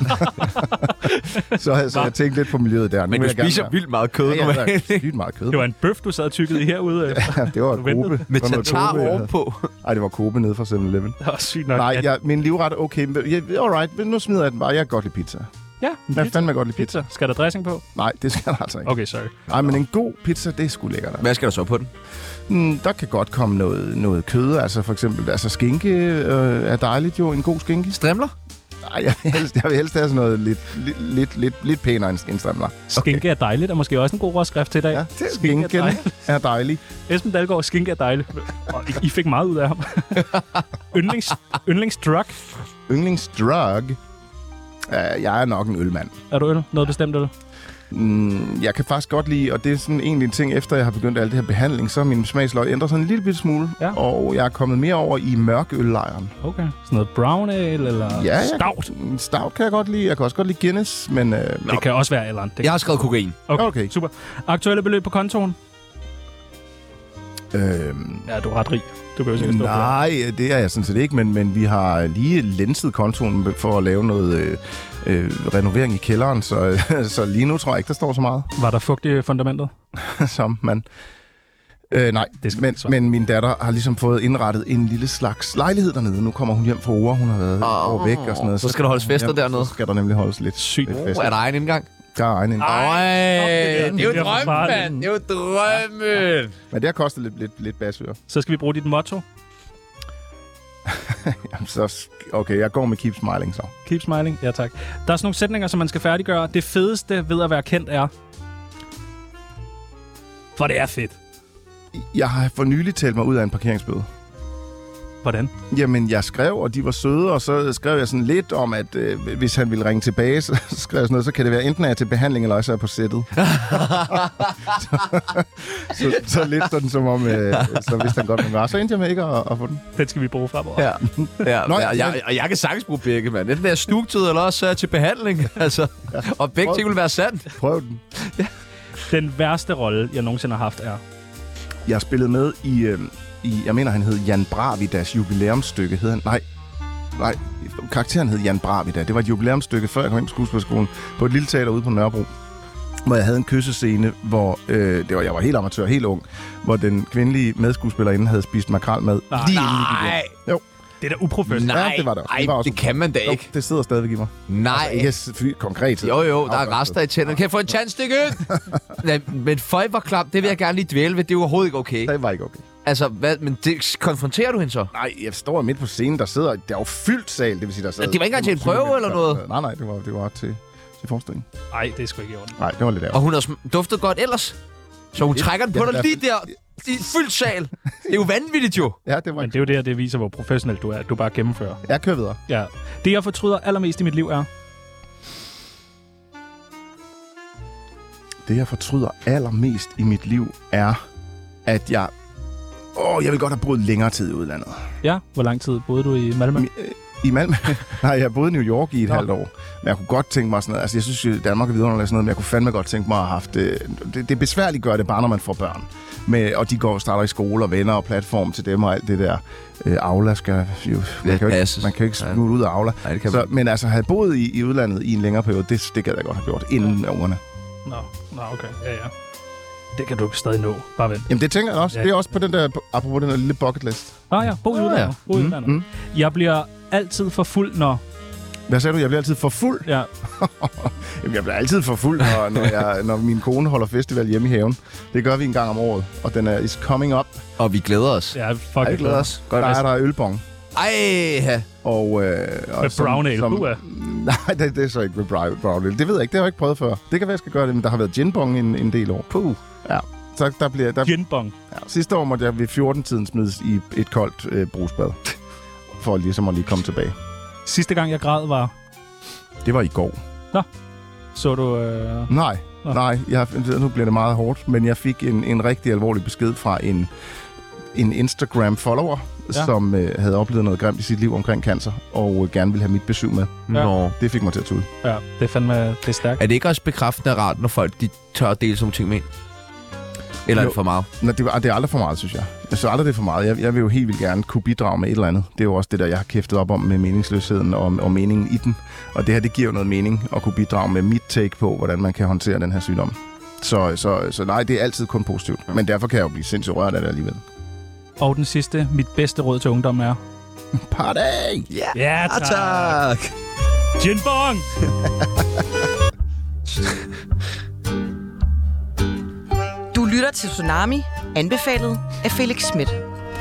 Speaker 5: så, så jeg tænkte lidt på miljøet der. Nu
Speaker 1: Men
Speaker 5: vil
Speaker 1: du
Speaker 5: jeg gerne
Speaker 1: spiser
Speaker 5: være-
Speaker 1: vildt meget kød
Speaker 5: Ja, ja,
Speaker 1: normalt.
Speaker 5: der er sygt meget kød.
Speaker 2: Det var en bøf, du sad og tykkede i herude.
Speaker 5: Ja, det var
Speaker 2: Du ventede.
Speaker 5: Kobe.
Speaker 1: Med
Speaker 5: Det var noget
Speaker 1: tatar
Speaker 5: Kobe, jeg havde.
Speaker 1: ovenpå.
Speaker 5: Ej, det var Kobe nede fra seven eleven.
Speaker 2: Det var sygt nok.
Speaker 5: Nej,
Speaker 2: Ja,
Speaker 5: jeg, min livret er okay. Men jeg, alright, men nu smider jeg den bare. Jeg kan godt lide pizza.
Speaker 2: ja,
Speaker 5: Jeg
Speaker 2: pizza.
Speaker 5: kan fandme godt lide pizza.
Speaker 2: pizza. Skal der dressing på?
Speaker 5: Nej, det skal der altså ikke.
Speaker 2: Okay, sorry.
Speaker 5: Nej, men en god pizza, det er sgu lækkert.
Speaker 1: Hvad skal der så på den?
Speaker 5: Mm, der kan godt komme noget, noget kød. Altså for eksempel, altså skinke øh, er dejligt jo. En god skinke.
Speaker 1: Strimler?
Speaker 5: Nej, jeg vil helst, jeg vil helst have sådan noget lidt, lidt, lidt, lidt, lidt pænere end en strimler.
Speaker 2: Skinke er dejligt, og måske også en god råskrift til i dag.
Speaker 5: Ja,
Speaker 2: Skinke er
Speaker 5: skinken
Speaker 2: dejligt.
Speaker 5: er dejlig.
Speaker 2: Esben Dalgaard, skinke er dejligt. Og I, I fik meget ud af ham. Yndlings, yndlingsdrug.
Speaker 5: Yndlingsdrug. Uh, jeg er nok en ølmand.
Speaker 2: Er du øl? Noget bestemt øl?
Speaker 5: Mm, jeg kan faktisk godt lide, og det er sådan egentlig en ting, efter jeg har begyndt alt det her behandling, så er min smagsløg ændret sådan en lille bitte smule.
Speaker 2: Ja.
Speaker 5: Og jeg er kommet mere over i mørkøllejren.
Speaker 2: Okay. Sådan noget brown ale eller
Speaker 5: Ja, jeg-
Speaker 2: stout?
Speaker 5: En Stout kan jeg godt lide. Jeg kan også godt lide Guinness, men... Øh,
Speaker 2: Det kan også være alderen. Det
Speaker 1: Jeg har skrevet kokain.
Speaker 2: okay.
Speaker 5: Okay.
Speaker 2: Super. Aktuelle beløb på kontoen?
Speaker 5: øh,
Speaker 2: Ja, du er ret rig. Du behøver ikke stå for det.
Speaker 5: nej, det er jeg sådan set ikke, men, men vi har lige lenset kontoen for at lave noget øh, øh, renovering i kælderen, så, så lige nu tror jeg ikke, der står så meget,
Speaker 2: Var der fugt i fundamentet?
Speaker 5: som man... Øh, nej,
Speaker 2: Det skal
Speaker 5: men,
Speaker 2: ikke svare.
Speaker 5: men min datter har ligesom fået indrettet en lille slags lejlighed dernede. Nu kommer hun hjem fra uger, hun har været
Speaker 1: Åh,
Speaker 5: over væk og sådan noget.
Speaker 1: så skal der holdes fester dernede.
Speaker 5: Så skal der nemlig holdes lidt,
Speaker 2: Sygt.
Speaker 5: lidt
Speaker 1: Oh,
Speaker 5: fest.
Speaker 1: er der egen indgang?
Speaker 5: Der er egen indgang.
Speaker 1: Øj, det er jo
Speaker 2: Det bliver
Speaker 1: drømmen,
Speaker 2: farligt.
Speaker 1: mand. Det er jo drømmen.
Speaker 5: Men det har kostet lidt, lidt, lidt basør.
Speaker 2: Så skal vi bruge dit motto.
Speaker 5: Jamen, så, okay, jeg går med keep smiling så.
Speaker 2: Keep smiling. Ja, tak. Der er sådan nogle sætninger, som man skal færdiggøre. Det fedeste ved at være kendt er... For det er fedt.
Speaker 5: Jeg har for nylig talt mig ud af en parkeringsbøde.
Speaker 2: Hvordan?
Speaker 5: Jamen, jeg skrev, og de var søde, og så skrev jeg sådan lidt om, at øh, hvis han ville ringe tilbage, så skrev jeg sådan noget, så kan det være enten er jeg til behandling, eller også er jeg på sættet. så, så lidt sådan som om, øh, så vidste han godt, man var. Så endte jeg med ikke at, at få den.
Speaker 2: Den skal vi bruge fremover.
Speaker 1: Ja, ja,
Speaker 5: Nå,
Speaker 1: Nå,
Speaker 5: ja,
Speaker 1: ja, jeg, og jeg kan sagtens bruge begge, mand. Enten er jeg stugtid, eller også er jeg til behandling. Altså, og begge ting vil være sandt.
Speaker 5: Prøv den.
Speaker 2: Den værste rolle, jeg nogensinde har haft, er...
Speaker 5: Jeg har spillet med i, øh, i jeg mener, han hed Jan Bravidas jubilæumsstykke. Hed han? Nej, nej, karakteren hed Jan Bravida. Det var et jubilæumsstykke, før jeg kom ind på skuespilskolen, på et lille teater ude på Nørrebro, hvor jeg havde en kyssescene, hvor øh, det var, jeg var helt amatør, helt ung, hvor den kvindelige medskuespillerinde havde spist makrelmad.
Speaker 2: Nej.
Speaker 5: Lige inden vi gik hjem.
Speaker 1: Nej,
Speaker 2: Det er da uprofessionelt.
Speaker 1: nej,
Speaker 5: Ja, det var det også.
Speaker 1: Ej,
Speaker 5: Det var også
Speaker 1: det kan man da
Speaker 5: Jo,
Speaker 1: ikke.
Speaker 5: det sidder stadigvæk i mig.
Speaker 1: Nej.
Speaker 5: Altså, ikke f- konkret.
Speaker 1: Jo, jo, der er
Speaker 5: Afgørende.
Speaker 1: rester i tænderne. Kan jeg få en tandstik ind? Nej, men føj var klam, det vil jeg gerne lige dvæle ved. Det er jo overhovedet ikke okay.
Speaker 5: Det var ikke okay.
Speaker 1: Altså, hvad, men det, konfronterer du hende så?
Speaker 5: Nej, jeg står midt på scenen, der sidder... Der er jo fyldt sal, det vil sige, der sad...
Speaker 1: Det var ikke engang til en prøve eller noget?
Speaker 5: Nej, nej, det var, det var til, til forestillingen.
Speaker 2: Nej, det er sgu ikke i orden.
Speaker 5: Nej, det var lidt
Speaker 1: Og
Speaker 5: ærgerligt.
Speaker 1: hun har sm- duftet godt ellers. Så hun
Speaker 5: Det-
Speaker 1: trækker den på
Speaker 5: det er
Speaker 1: dig lige der. I fyldt sal. Det er jo vanvittigt jo.
Speaker 5: Ja, det var
Speaker 2: Men det er jo det her, det viser, hvor professionel du er. Du bare gennemfører.
Speaker 5: Jeg kører videre.
Speaker 2: Ja. Det, jeg fortryder allermest i mit liv, er...
Speaker 5: Det, jeg fortryder allermest i mit liv, er, at jeg... Åh, jeg vil godt have boet længere tid i udlandet.
Speaker 2: Ja, hvor lang tid boede du i Malmø?
Speaker 5: I Malmø? Nej, jeg boede i New York i et
Speaker 2: Nå.
Speaker 5: halvt år. Men jeg kunne godt tænke mig sådan noget. Altså, jeg synes jo, Danmark er vidunderligt sådan noget, men jeg kunne fandme godt tænke mig at have haft... Det, det, det besværligt gør det bare, når man får børn. Med, og de går og starter i skole og venner og platform til dem og alt det der. Øh, Aula skal jo... Man,
Speaker 1: Ja,
Speaker 5: kan jo ikke,
Speaker 1: passes.
Speaker 5: man kan jo ikke smutte ud af Aula.
Speaker 1: Nej, det kan
Speaker 5: Så,
Speaker 1: man.
Speaker 5: men altså, have boet i, i udlandet i en længere periode, det, det gad jeg godt have gjort, inden ja. ungerne.
Speaker 2: Nå, nå, okay. Ja, ja. Det kan du stadig nå. Bare vent.
Speaker 5: Jamen, det tænker jeg også.
Speaker 2: Ja.
Speaker 5: Det er også på den der, apropos den der lille bucket list.
Speaker 2: Ah ja, bo i
Speaker 1: Ah,
Speaker 2: udlandet.
Speaker 1: ja.
Speaker 2: Bo i
Speaker 5: Mm,
Speaker 2: udlandet.
Speaker 5: mm.
Speaker 2: Jeg bliver altid for fuld, når...
Speaker 5: Hvad sagde du? Jeg bliver altid for fuld.
Speaker 2: Ja,
Speaker 5: Jamen, jeg bliver altid for fuld, når, når, jeg, når min kone holder festival hjemme i haven. Det gør vi en gang om året, og den er is coming up.
Speaker 1: Og vi glæder os.
Speaker 2: ja fuck
Speaker 1: Ej, vi
Speaker 2: it.
Speaker 1: glæder os. Godt.
Speaker 5: Der er der ølbong.
Speaker 1: Ej, ja.
Speaker 5: Og, øh, og
Speaker 2: Med brown ale. Puha.
Speaker 5: Nej, det, det er så ikke med brown, brown ale. Det ved jeg ikke. Det har jeg ikke prøvet før. Det kan være, jeg skal gøre det, men der har været ginbong en, en del år.
Speaker 1: Puh.
Speaker 5: Ja. Så der bliver... Der,
Speaker 2: Ginbong.
Speaker 5: ja. Sidste år måtte jeg ved fjorten-tiden smides i et koldt øh, brusbad. For ligesom at lige komme tilbage.
Speaker 2: Sidste gang, jeg græd, var...
Speaker 5: Det var i går.
Speaker 2: Så du... Øh...
Speaker 5: Nej,
Speaker 2: Nå.
Speaker 5: nej. Jeg, nu bliver det meget hårdt, men jeg fik en, en rigtig alvorlig besked fra en, en Instagram-follower, ja. som øh, havde oplevet noget grimt i sit liv omkring cancer, og øh, gerne ville have mit besøg med.
Speaker 1: Nå.
Speaker 5: Det fik mig til at tude.
Speaker 2: Ja, det er fandme... Det er stærkt.
Speaker 1: Er det ikke også bekræftende rart, når folk de tør at dele sådan nogle ting med en? Eller er
Speaker 5: Jo.
Speaker 1: det for meget?
Speaker 5: Nå, det, var, det er aldrig for meget, synes jeg. Jeg synes aldrig, det er for meget. Jeg, jeg vil jo helt vildt gerne kunne bidrage med et eller andet. Det er jo også det der, jeg har kæftet op om med meningsløsheden og, og meningen i den. Og det her, det giver jo noget mening at kunne bidrage med mit take på, hvordan man kan håndtere den her sygdom. Så, så, så nej, det er altid kun positivt. Men derfor kan jeg jo blive sindssygt rørt af det alligevel.
Speaker 2: Og den sidste, mit bedste råd til ungdommen er...
Speaker 5: Party!
Speaker 1: Ja,
Speaker 2: Ja,
Speaker 1: tak. tak.
Speaker 2: Ginbong!
Speaker 6: Du lytter til Tsunami, anbefalet af Felix Schmidt.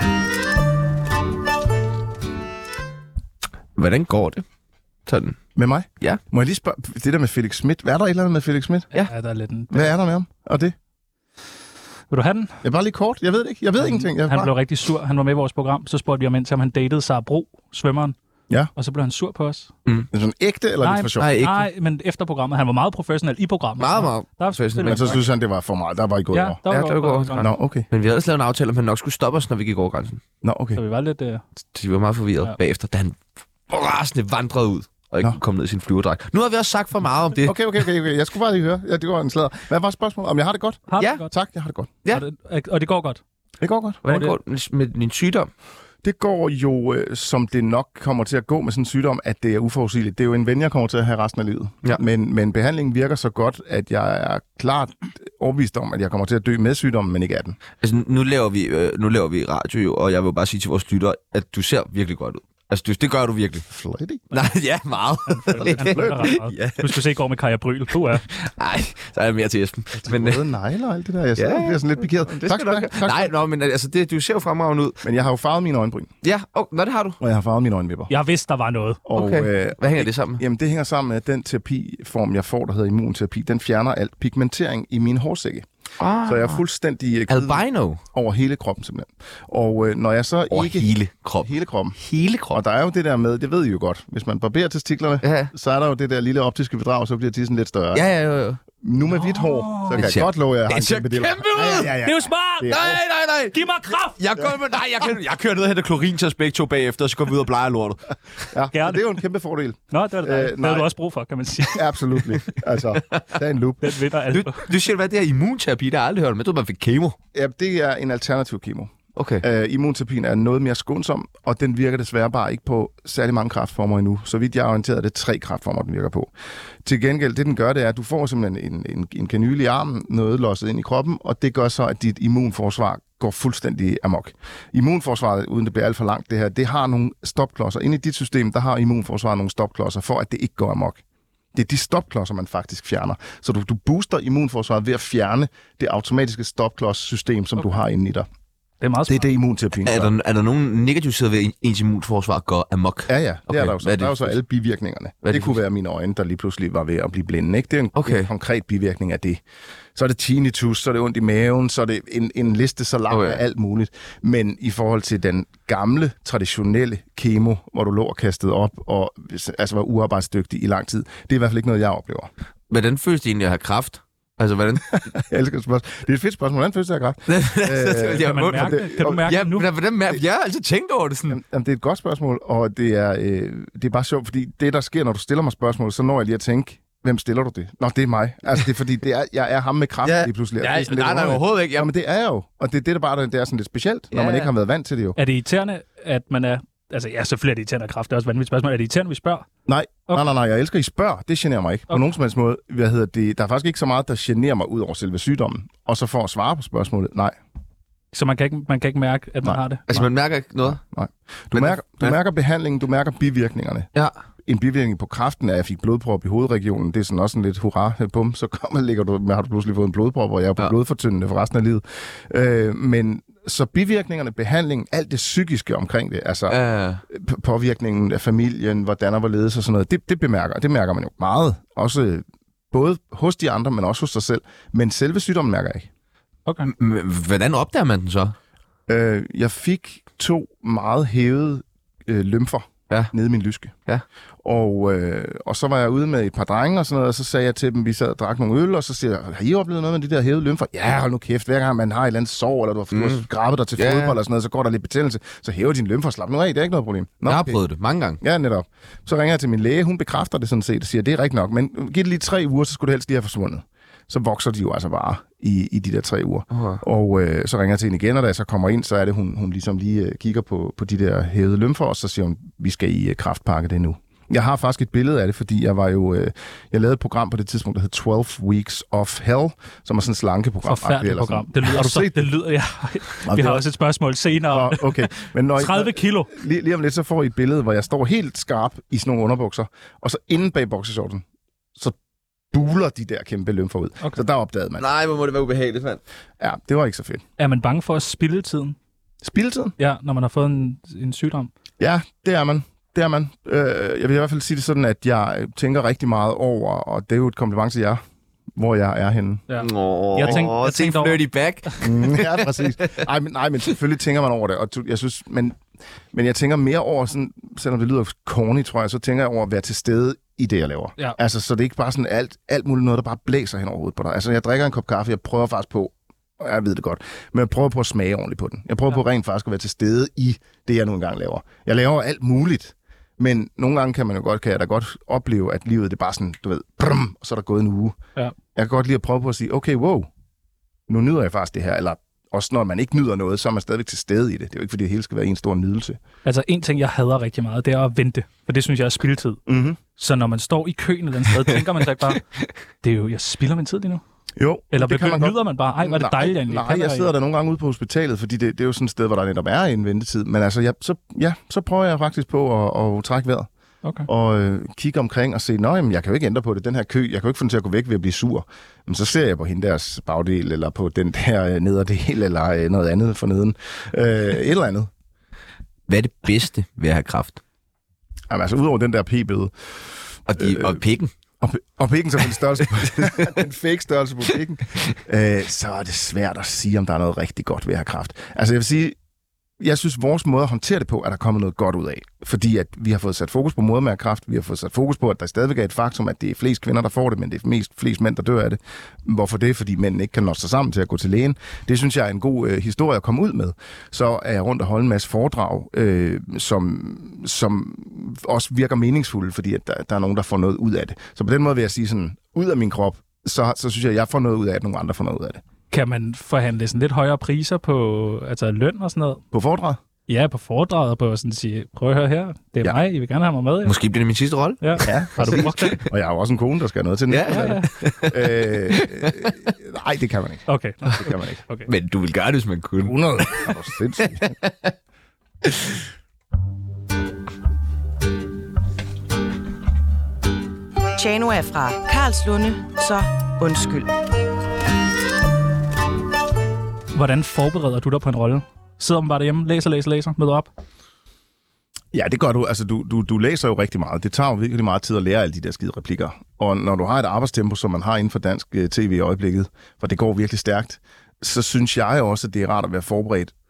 Speaker 1: Hvordan går det? Sådan.
Speaker 5: Med mig?
Speaker 1: Ja.
Speaker 5: Må jeg lige spørge, det der med Felix Schmidt, hvad er der et eller andet med Felix Schmidt?
Speaker 1: Ja.
Speaker 2: Ja, der er lidt en...
Speaker 5: Hvad er der med ham? Og det?
Speaker 2: Vil du have den?
Speaker 5: Jeg er bare lige kort. Jeg ved det ikke. Jeg ved ingenting. Jeg er
Speaker 2: Han
Speaker 5: bare...
Speaker 2: blev rigtig sur. Han var med i vores program. Så spurgte vi ham ind til, om han datede Sara Bro, svømmeren.
Speaker 5: Ja.
Speaker 2: Og så blev han sur på os.
Speaker 5: Er det sådan ægte, eller
Speaker 2: Nej,
Speaker 5: lidt for sjovt?
Speaker 1: Nej, ikke.
Speaker 2: Nej, men efter programmet. Han var meget professionel i programmet.
Speaker 1: Meget, meget.
Speaker 2: Der var
Speaker 1: professionel.
Speaker 5: Men så synes han, det var for meget. Der var I gået
Speaker 2: Ja,
Speaker 5: over.
Speaker 2: der var,
Speaker 1: Ja,
Speaker 2: godt,
Speaker 1: der var godt.
Speaker 2: godt.
Speaker 5: Nå, okay.
Speaker 1: Men vi havde også lavet en aftale, om han nok skulle stoppe os, når vi gik over grænsen.
Speaker 5: Nå, okay.
Speaker 2: Så vi var lidt... Øh...
Speaker 1: Så de var meget forvirret
Speaker 2: Ja.
Speaker 1: ja. bagefter, da han rasende vandrede ud og ikke
Speaker 5: Nå.
Speaker 1: kom ned i sin flyverdragt. Nu har vi også sagt for meget om det.
Speaker 5: Okay, okay, okay, okay. Jeg skulle bare lige høre. Ja, det var en sladder. Hvad var spørgsmålet? Om jeg har det godt?
Speaker 2: Har du
Speaker 1: Ja.
Speaker 2: det godt?
Speaker 5: Tak, jeg har det godt.
Speaker 1: Ja.
Speaker 2: Og, det, og det går godt.
Speaker 5: Det går godt.
Speaker 1: Hvordan
Speaker 2: Hvor
Speaker 1: går det med din sygdom?
Speaker 5: Det går jo, øh, som det nok kommer til at gå med sådan en sygdom, at det er uforudsigeligt. Det er jo en ven, jeg kommer til at have resten af livet.
Speaker 1: Ja.
Speaker 5: Men, men behandlingen virker så godt, at jeg er klart overbevist om, at jeg kommer til at dø med sygdommen, men ikke af den.
Speaker 1: Altså, nu laver vi, øh, nu laver vi radio jo, og jeg vil bare sige til vores lyttere, at du ser virkelig godt ud. Altså, du, det gør du virkelig.
Speaker 5: Flitty.
Speaker 1: Nej, ja, meget.
Speaker 2: Han flytter ret meget.
Speaker 1: Ja.
Speaker 2: Du skal se, går med Kaja Bryl. Du er.
Speaker 1: Nej, så er jeg mere til Esben. Men, øh,
Speaker 5: Røde negler og alt det der. Jeg
Speaker 1: Ja,
Speaker 5: ja, bliver sådan lidt pikeret.
Speaker 1: det
Speaker 5: Tak
Speaker 1: skal
Speaker 5: skal du
Speaker 1: du
Speaker 5: have.
Speaker 1: ikke.
Speaker 5: Tak.
Speaker 1: Nej, nå, men altså, det, du ser jo fremragende ud.
Speaker 5: Men jeg har jo farvet mine øjenbryn,
Speaker 1: Ja, oh, nå, det har du.
Speaker 5: og jeg har farvet mine øjenvipper.
Speaker 2: Jeg vidste, der var noget.
Speaker 5: Og,
Speaker 1: Okay.
Speaker 5: øh,
Speaker 1: Hvad hænger det sammen med?
Speaker 5: Jamen, det hænger sammen med, at den terapiform, jeg får, der hedder immunterapi, den fjerner alt pigmentering i mine hårsække.
Speaker 1: Ah.
Speaker 5: Så jeg er fuldstændig øh, hvid
Speaker 1: Albino.
Speaker 5: over hele kroppen, simpelthen. Og øh, når jeg så
Speaker 1: Over
Speaker 5: ikke...
Speaker 1: hele kroppen.
Speaker 5: Hele kroppen.
Speaker 1: Hele kroppen.
Speaker 5: Og der er jo det der med, det ved I jo godt, hvis man barberer testiklerne,
Speaker 1: Ja,
Speaker 5: så er der jo det der lille optiske bedrag, så bliver tissen lidt større.
Speaker 1: ja, ja, jo, jo.
Speaker 5: Nu med hvidt hår, så kan
Speaker 1: Det
Speaker 5: jeg
Speaker 1: ser-
Speaker 5: godt love, at jeg har
Speaker 1: det
Speaker 5: en
Speaker 1: ser
Speaker 5: kæmpe del.
Speaker 1: kæmpe ud!
Speaker 5: Ja, ja, ja.
Speaker 2: Det er jo smart!
Speaker 5: Det er-
Speaker 1: Nej, nej, nej.
Speaker 2: Giv mig kraft!
Speaker 1: Jeg går med, nej, jeg, kan, jeg kører ned og henter klorin til os begge to bagefter, og så går vi ud og bleger lortet.
Speaker 5: Ja, så
Speaker 2: Gerne.
Speaker 5: det er jo en kæmpe fordel.
Speaker 2: Nå, det var det,
Speaker 5: Øh,
Speaker 2: øh, det
Speaker 5: nej.
Speaker 2: havde du også brug for, kan man sige.
Speaker 5: Absolut. Altså, der er en loop.
Speaker 2: Den vinder alt.
Speaker 1: Du, du siger, hvad det er immunterapi, det har jeg aldrig hørt om. Jeg tror, man fik kemo.
Speaker 5: Ja, det er en alternativ kemo.
Speaker 1: Okay.
Speaker 5: Uh, immunterapien er noget mere skånsom, og den virker desværre bare ikke på særlig mange kræftformer endnu. Så vidt jeg er orienteret, er det tre kræftformer, den virker på. Til gengæld, det den gør, det er, at du får simpelthen en, en, en kanyle i armen, noget losset ind i kroppen, og det gør så, at dit immunforsvar går fuldstændig amok. Immunforsvaret, uden det bliver alt for langt det her, det har nogle stopklodser. Inde i dit system, der har immunforsvaret nogle stopklodser, for at det ikke går amok. Det er de stopklodser, man faktisk fjerner. Så du, du booster immunforsvaret ved at fjerne det automatiske stopklodssystem, som okay. du har inde i dig.
Speaker 2: Det er meget
Speaker 5: Det er
Speaker 2: smart.
Speaker 5: det, immunterapien
Speaker 1: Er
Speaker 5: gør.
Speaker 1: der, er der nogen negative sider ved, at ens immunforsvar går amok?
Speaker 5: Ja, ja. Det
Speaker 1: Okay,
Speaker 5: er der jo så.
Speaker 1: hvad er
Speaker 5: Der er jo
Speaker 1: det
Speaker 5: så
Speaker 1: for-
Speaker 5: alle bivirkningerne.
Speaker 1: Hvad er
Speaker 5: Det,
Speaker 1: det
Speaker 5: kunne
Speaker 1: for-
Speaker 5: være mine øjne, der lige pludselig var ved at blive blinde. Ikke? Det er en,
Speaker 1: Okay.
Speaker 5: en konkret bivirkning af det. Så er det tinnitus, så er det ondt i maven, så er det en, en liste så lang
Speaker 1: Okay.
Speaker 5: af alt muligt. Men i forhold til den gamle, traditionelle kemo, hvor du lå og kastede op og altså var uarbejdsdygtig i lang tid, det er i hvert fald ikke noget, jeg oplever.
Speaker 1: Hvordan føles det egentlig at have kræft? Altså, hvordan?
Speaker 5: Jeg elsker spørgsmål. Det er et fedt spørgsmål. Hvordan føles det af kræft?
Speaker 2: Kan man mærke det? Kan du mærke
Speaker 1: ja,
Speaker 2: det nu?
Speaker 1: men hvordan mærke? Jeg har altid tænkt over det sådan.
Speaker 5: Jamen, jamen, det er et godt spørgsmål, og det er, øh, det er bare sjovt, fordi det, der sker, når du stiller mig spørgsmål, så når jeg lige at tænke, hvem stiller du det? Nå, det er mig. Altså, det er fordi, det er, jeg er ham med kræft
Speaker 1: Ja.
Speaker 5: lige pludselig.
Speaker 1: Ja,
Speaker 5: Det er sådan lidt
Speaker 1: nej, nej,
Speaker 5: underligt.
Speaker 1: overhovedet ikke.
Speaker 5: Ja,
Speaker 1: Jeg,
Speaker 5: men det er jeg jo. Og det er det, der bare det er sådan lidt specielt, når
Speaker 1: Ja.
Speaker 5: man ikke har været vant til det jo.
Speaker 2: Er det irriterende, at man er... Altså, ja, selvfølgelig er det irriterende af kræft. Det er også et vanvittigt spørgsmål. Er det irriterende, vi spørger?
Speaker 5: Nej,
Speaker 2: Okay.
Speaker 5: nej, nej, nej, jeg elsker, I spørger. Det generer mig ikke. På
Speaker 2: Okay.
Speaker 5: nogen som helst måde. Hvad hedder det? Der er faktisk ikke så meget, der generer mig ud over selve sygdommen. Og så for at svare på spørgsmålet, nej.
Speaker 2: Så man kan ikke, man kan ikke mærke, at man
Speaker 5: Nej.
Speaker 2: har det?
Speaker 1: altså, man mærker ikke noget.
Speaker 5: Nej. Du,
Speaker 1: Men-
Speaker 5: mærker, du
Speaker 1: ja.
Speaker 5: mærker behandlingen, du mærker bivirkningerne.
Speaker 1: Ja.
Speaker 5: En bivirkning på kræften er, at jeg fik blodprop i hovedregionen. Det er sådan også en lidt hurra, bum, så kommer, ligger du, har du pludselig fået en blodprop, og jeg er på
Speaker 1: Ja.
Speaker 5: ja. blodfortyndende for resten af livet. Øh, men så bivirkningerne, behandlingen, alt det psykiske omkring det, altså
Speaker 1: Ja.
Speaker 5: p- påvirkningen af familien, hvordan og hvorledes og sådan noget, det, det bemærker, det mærker man jo meget. Også øh, både hos de andre, men også hos sig selv. Men selve sygdommen mærker jeg ikke.
Speaker 2: Okay.
Speaker 1: M- Hvordan opdager man den så?
Speaker 5: Øh, jeg fik to meget hævede øh, lymfer
Speaker 1: Ja.
Speaker 5: nede i min lyske.
Speaker 1: Ja.
Speaker 5: Og, øh, og så var jeg ude med et par drenge og sådan noget, og så sagde jeg til dem, vi sad og drak nogle øl, og så siger jeg, har I oplevet noget med de der hævede lymfer? Ja, hold nu kæft, hver gang man har et eller andet sår, eller du har, mm. du har skrabet dig til
Speaker 1: Ja.
Speaker 5: fodbold og sådan noget, så går der lidt betændelse, så hæver dine lymfer, slap nu af, det er ikke noget problem. Nå,
Speaker 1: Jeg har
Speaker 5: okay.
Speaker 1: prøvet det mange gange.
Speaker 5: Ja, netop. Så ringer jeg til min læge, hun bekræfter det sådan set, og siger, det er rigtigt nok, men giv det lige tre uger, så skulle det helst lige have forsvundet. Så vokser de jo altså bare i, i de der tre uger.
Speaker 1: Okay.
Speaker 5: Og øh, så ringer jeg til hende igen, og da jeg så kommer ind, så er det, hun, hun ligesom lige øh, kigger på, på de der hævede lymfer, og så siger hun, vi skal i øh, kræftpakke det nu. Jeg har faktisk et billede af det, fordi jeg var jo, øh, jeg lavede et program på det tidspunkt, der hed twelve Weeks of Hell, som er sådan et slankeprogram.
Speaker 2: Forfærdeligt
Speaker 5: eller sådan.
Speaker 2: program. Det lyder,
Speaker 5: Har du
Speaker 2: så,
Speaker 5: set
Speaker 2: det lyder, ja. Vi
Speaker 5: det
Speaker 2: har
Speaker 5: var-
Speaker 2: også et spørgsmål senere.
Speaker 5: Nå, okay. Men når I-
Speaker 2: tredive kilo.
Speaker 5: Lige, lige om lidt, så får I et billede, hvor jeg står helt skarp i sådan nogle underbukser, og så inde bag boxershorten, så buler de der kæmpe lymfer ud.
Speaker 2: Okay.
Speaker 5: Så der opdagede man.
Speaker 1: Nej, hvor må det være ubehageligt, mand.
Speaker 5: Ja, det var ikke så fedt.
Speaker 2: Er man bange for at spilde tiden?
Speaker 5: Spildtiden?
Speaker 2: Ja, når man har fået en, en sygdom.
Speaker 5: Ja, det er man. Det er man. Øh, jeg vil i hvert fald sige det sådan, at jeg tænker rigtig meget over, og det er jo et kompliment til jer, hvor jeg er henne.
Speaker 2: Ja.
Speaker 1: Åh,
Speaker 2: Jeg tænkte- jeg
Speaker 1: se
Speaker 2: tænkte over-
Speaker 1: flirty back.
Speaker 5: Mm, ja, præcis. Ej, men, nej, men selvfølgelig tænker man over det, og tu- jeg synes, men, men jeg tænker mere over, sådan, selvom det lyder corny, tror jeg, så tænker jeg over at være til stede i det, jeg laver.
Speaker 2: Ja.
Speaker 5: Altså, så det er ikke bare sådan alt, alt muligt noget, der bare blæser hen over hovedet på dig. Altså, jeg drikker en kop kaffe, jeg prøver faktisk på, og jeg ved det godt, men jeg prøver på at smage ordentligt på den. Jeg prøver
Speaker 2: Ja.
Speaker 5: ja. på rent faktisk at være til stede i det, jeg nu engang laver. Jeg laver alt muligt, men nogle gange kan man jo godt, kan jeg da godt opleve, at livet det er bare sådan, du ved, brum, og så er der gået en uge.
Speaker 2: Ja.
Speaker 5: Jeg kan godt lide at prøve på at sige, okay, wow, nu nyder jeg faktisk det her, eller også når man ikke nyder noget, så er man stadigvæk til stede i det. Det er jo ikke, fordi det hele skal være en stor nydelse.
Speaker 2: Altså, en ting, jeg hader rigtig meget, det er at vente. For det synes jeg er spildtid.
Speaker 5: Mm-hmm.
Speaker 2: Så når man står i køen eller et sted, tænker man så ikke bare, det er jo, jeg spilder min tid lige nu.
Speaker 5: Jo,
Speaker 2: Eller
Speaker 5: det kan man
Speaker 2: nyder
Speaker 5: godt.
Speaker 2: man bare, ej, hvor er det dejligt, jeg egentlig
Speaker 5: Nej,
Speaker 2: kan
Speaker 5: jeg
Speaker 2: være i.
Speaker 5: sidder der nogle gange ude på hospitalet, fordi det, det er jo sådan et sted, hvor der netop er en ventetid. Men altså, jeg, så, ja, så prøver jeg faktisk på at, at trække vejret.
Speaker 2: Okay.
Speaker 5: Og øh, kigge omkring og se, nej, jeg kan jo ikke ændre på det. Den her kø, jeg kan jo ikke få den til at gå væk ved at blive sur. Men så ser jeg på hende deres bagdel, eller på den der øh, nederdel, eller øh, noget andet forneden. Øh, et eller andet.
Speaker 1: Hvad er det bedste ved at have kræft?
Speaker 5: Jamen, altså, udover den der p-bøde,
Speaker 1: Og, de,
Speaker 5: Øh,
Speaker 1: og pikken?
Speaker 5: og, og pikken så den størrelse på den fake størrelse på pikken, øh, så er det svært at sige, om der er noget rigtig godt ved at have kræft. Altså, jeg vil sige, jeg synes, vores måde at håndtere det på, er der kommet noget godt ud af. Fordi at vi har fået sat fokus på modermærkekræft, vi har fået sat fokus på, at der stadigvæk er et faktum, at det er flest kvinder, der får det, men det er mest flest mænd, der dør af det. Hvorfor det? Fordi mændene ikke kan nå sig sammen til at gå til lægen. Det synes jeg er en god øh, historie at komme ud med. Så er jeg rundt og holde en masse foredrag, øh, som, som også virker meningsfulde, fordi at der, der er nogen, der får noget ud af det. Så på den måde vil jeg sige sådan, ud af min krop, så, så synes jeg, at jeg får noget ud af det, at nogle andre får noget ud af det.
Speaker 2: Kan man forhandle sådan lidt højere priser på altså løn og sådan noget?
Speaker 5: På foredrag?
Speaker 2: Ja, på foredraget og på sådan at sige, prøv at høre her, det er
Speaker 5: Ja.
Speaker 2: mig, I vil gerne have mig med. Ja.
Speaker 1: Måske bliver det min sidste rolle?
Speaker 2: Ja.
Speaker 5: Ja,
Speaker 2: Har du brugt det?
Speaker 5: Og jeg har jo også en kone, der skal have noget til den.
Speaker 1: Ja,
Speaker 2: Ja, ja.
Speaker 5: øh, nej, det kan man ikke.
Speaker 2: Okay. Nå,
Speaker 5: Det kan man ikke.
Speaker 2: okay.
Speaker 1: Men du vil gøre det, hvis man kunne.
Speaker 5: hundrede er du sindssygt.
Speaker 6: Tjano er fra Karlslunde, så undskyld.
Speaker 2: Hvordan forbereder du dig på en rolle? Sidder man bare derhjemme, læser, læser, læser, møder op?
Speaker 5: Ja, det gør du. Altså, du, du, du læser jo rigtig meget. Det tager jo virkelig meget tid at lære alle de der skide replikker. Og når du har et arbejdstempo, som man har inden for dansk uh, tv i øjeblikket, for det går virkelig stærkt, så synes jeg også, at det er rart at være forberedt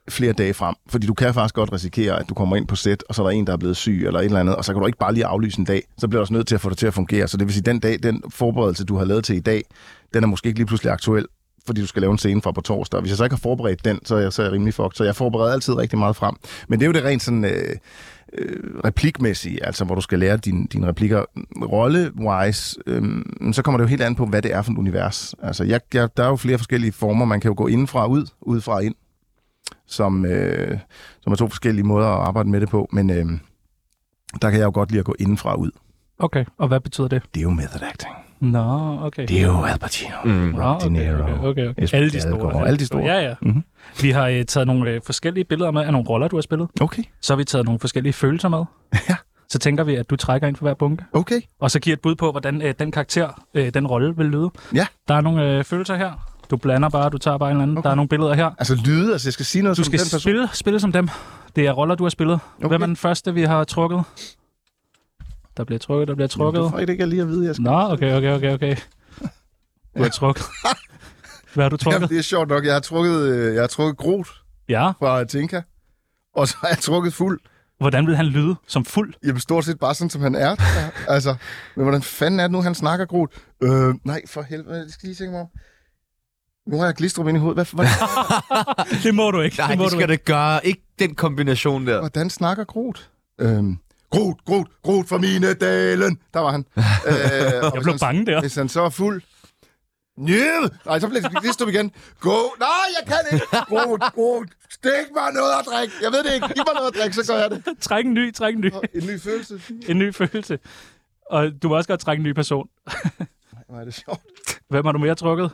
Speaker 5: flere dage frem. Fordi du kan faktisk godt risikere, at du kommer ind på sæt, og så er der en, der er blevet syg eller et eller andet, og så kan du ikke bare lige aflyse en dag. Så bliver du også nødt til at få det til at fungere. Så det vil sige, den dag, den forberedelse, du har lavet til i dag, den er måske ikke lige pludselig aktuel, fordi du skal lave en scene fra på torsdag. Hvis jeg så ikke har forberedt den, så er jeg, så er jeg rimelig fucked. Så jeg forbereder altid rigtig meget frem. Men det er jo det rent sådan øh, øh, replikmæssige, altså hvor du skal lære dine din replikker. Rolle-wise, øh, så kommer det jo helt an på, hvad det er for et univers. Altså, jeg, jeg, der er jo flere forskellige former. Man kan jo gå indenfra og ud, udefra og ind, som, øh, som er to forskellige måder at arbejde med det på. Men øh, der kan jeg jo godt lide at gå indenfra og ud.
Speaker 2: Okay, og hvad betyder det?
Speaker 5: Det er jo method acting.
Speaker 2: Nå, okay.
Speaker 5: Det er jo Al Pacino,
Speaker 1: Mm.
Speaker 5: Robert De Niro,
Speaker 2: Okay, okay, okay.
Speaker 5: Esben
Speaker 2: Alle de
Speaker 5: Gadegaard,
Speaker 2: store.
Speaker 5: alle de store.
Speaker 2: Ja, ja.
Speaker 5: Mm-hmm.
Speaker 2: Vi har øh, taget nogle øh, forskellige billeder med af nogle roller, du har spillet.
Speaker 5: Okay.
Speaker 2: Så har vi taget nogle forskellige følelser med.
Speaker 5: Ja.
Speaker 2: Så tænker vi, at du trækker ind for hver bunke.
Speaker 5: Okay.
Speaker 2: Og så giver et bud på, hvordan øh, den karakter, øh, den rolle vil lyde.
Speaker 5: Ja.
Speaker 2: Der er nogle øh, følelser her. Du blander bare, du tager bare en eller anden.
Speaker 5: Okay.
Speaker 2: Der er nogle billeder her.
Speaker 5: Altså lyde, altså jeg skal sige noget
Speaker 2: Du
Speaker 5: som
Speaker 2: skal
Speaker 5: den person.
Speaker 2: spille, spille som dem. Det er roller, du har spillet.
Speaker 5: Okay.
Speaker 2: Hvem er den første, vi har trukket? Der bliver trukket, der bliver trukket.
Speaker 5: Det får ikke lige at vide, jeg skal.
Speaker 2: Nå, okay, okay, okay, okay. Du har trukket. Hvad har du trukket?
Speaker 5: Jamen, det er sjovt nok. Jeg har trukket, øh, jeg har trukket Groth
Speaker 2: Ja.
Speaker 5: fra Tinka, og så har jeg trukket Fuld.
Speaker 2: Hvordan vil han lyde som fuld?
Speaker 5: Jamen stort set bare sådan, som han er. Altså, men hvordan fanden er det nu, han snakker Groth? Øh, nej, for helvede, det skal lige tænke mig om. Nu har jeg Glistrup ind i hovedet. Hvad, hvordan,
Speaker 2: Det må du ikke.
Speaker 1: Nej,
Speaker 2: det, må
Speaker 1: det
Speaker 2: du
Speaker 1: skal
Speaker 2: ikke.
Speaker 1: det gøre. Ikke den kombination der.
Speaker 5: hvordan snakker Groth? Øhm, Groth, Groth, Groth fra mine dalen. Der var han. Øh,
Speaker 2: Jeg blev bange der.
Speaker 5: Hvis han så er fuld. Njød! Nej, så bliver det Glistrup igen. Gå! Nej, jeg kan ikke! Groth, Groth! Stik mig noget at drikke! Jeg ved det ikke. Giv mig noget at drikke, så gør jeg det.
Speaker 2: Træk en ny, træk en ny.
Speaker 5: En ny følelse.
Speaker 2: En ny følelse. Og du må også godt trække en ny person.
Speaker 5: Nej, det er sjovt.
Speaker 2: Hvem har du mere trukket?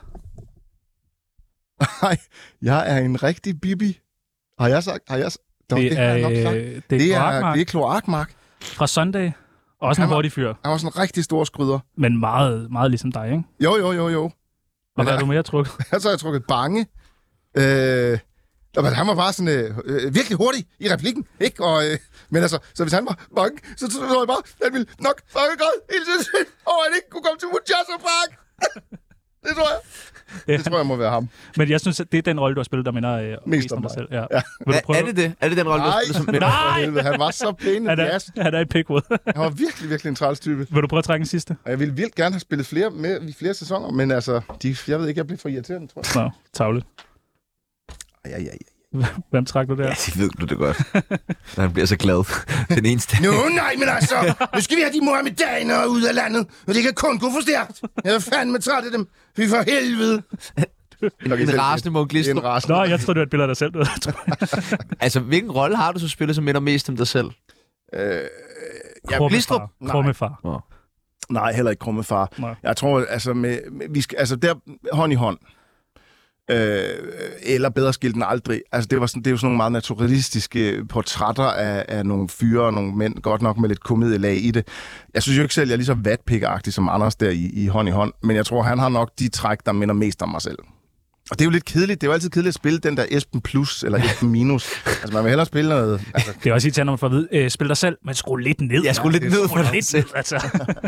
Speaker 5: Nej, jeg er en rigtig bibi. Har jeg sagt? Har jeg sagt? Nå,
Speaker 2: Det
Speaker 5: har
Speaker 2: er,
Speaker 5: jeg nok sagt.
Speaker 2: øh, det
Speaker 5: Det
Speaker 2: er
Speaker 5: er,
Speaker 2: Kloakmark
Speaker 5: det er kloakmark.
Speaker 2: fra Sunday. Også
Speaker 5: Han
Speaker 2: en
Speaker 5: var-
Speaker 2: hurtig fyr,
Speaker 5: Han var sådan en rigtig stor skryder.
Speaker 2: men meget, meget ligesom dig, ikke?
Speaker 5: Jo, jo, jo, jo.
Speaker 2: Og hvad har du mere trukket?
Speaker 5: Så har jeg trukket bange. Øh, men han var bare sådan øh, øh, virkelig hurtig i replikken, ikke? Og, øh, men altså, så hvis han var bange, så tror jeg bare, at han ville nok bange græd hele tiden, og han ikke kunne komme til Mujasa Park. Det tror jeg.
Speaker 2: Ja.
Speaker 5: Det tror jeg må være ham.
Speaker 2: Men jeg synes, at det er den rolle, du har spillet, der minder øh, mest om
Speaker 5: om
Speaker 2: dig
Speaker 5: mig.
Speaker 2: selv. Ja.
Speaker 5: Ja.
Speaker 2: Vil du prøve?
Speaker 1: Er det det? Er det den rolle, du har
Speaker 5: Nej,
Speaker 1: spillet som
Speaker 5: nej. Helvede, han var så pæn
Speaker 2: Han
Speaker 5: en
Speaker 2: er,
Speaker 5: gas.
Speaker 2: han er et pikhoved.
Speaker 5: Han var virkelig, virkelig en træls type.
Speaker 2: Vil du prøve at trække en sidste?
Speaker 5: Og jeg ville vildt gerne have spillet flere med i flere sæsoner, men altså, de, jeg ved ikke, jeg blev for irriterende, tror jeg.
Speaker 2: Nå, tavle.
Speaker 5: Ja, ja, ja.
Speaker 2: Hvem træk du der?
Speaker 1: Ja, det ved du det godt. Når han bliver så glad. Den eneste.
Speaker 5: Nå, nej, men altså, nu skal vi have de muhammedanere ud af landet, og det kan kun gå for stærkt. Jeg er fandme træt af dem. Fy for helvede.
Speaker 1: En, en rasende Mogens Glistrup.
Speaker 5: En rasende.
Speaker 2: Nå, jeg tror, det var et billede af dig selv. Du
Speaker 1: Altså, hvilken rolle har du så spillet, som minder mest om dig selv?
Speaker 5: Øh,
Speaker 2: Krummefar.
Speaker 5: Nej.
Speaker 2: Krummefar.
Speaker 5: nej, heller ikke Krummefar.
Speaker 2: Nej.
Speaker 5: Jeg tror, altså, med, med, vi skal, altså der hånd i hånd. Øh, eller bedre skilt end aldrig. Altså, det, var sådan, det er jo sådan nogle meget naturalistiske portrætter af, af nogle fyre og nogle mænd, godt nok med lidt komedielag i det. Jeg synes jo ikke selv, jeg er lige så vatpik-agtig som Anders der i, i hånd i hånd, men jeg tror, han har nok de træk, der minder mest om mig selv. Og det er jo lidt kedeligt. Det er jo altid kedeligt at spille den der Esben Plus eller Esben Minus. Altså, man vil hellere spille noget... Altså,
Speaker 2: Det er også irriterende, når man får at vide, øh, spil dig selv, men skru lidt ned.
Speaker 1: Jeg skulle lidt ned for
Speaker 2: Skru
Speaker 1: dig
Speaker 2: lidt
Speaker 1: selv.
Speaker 2: ned, altså.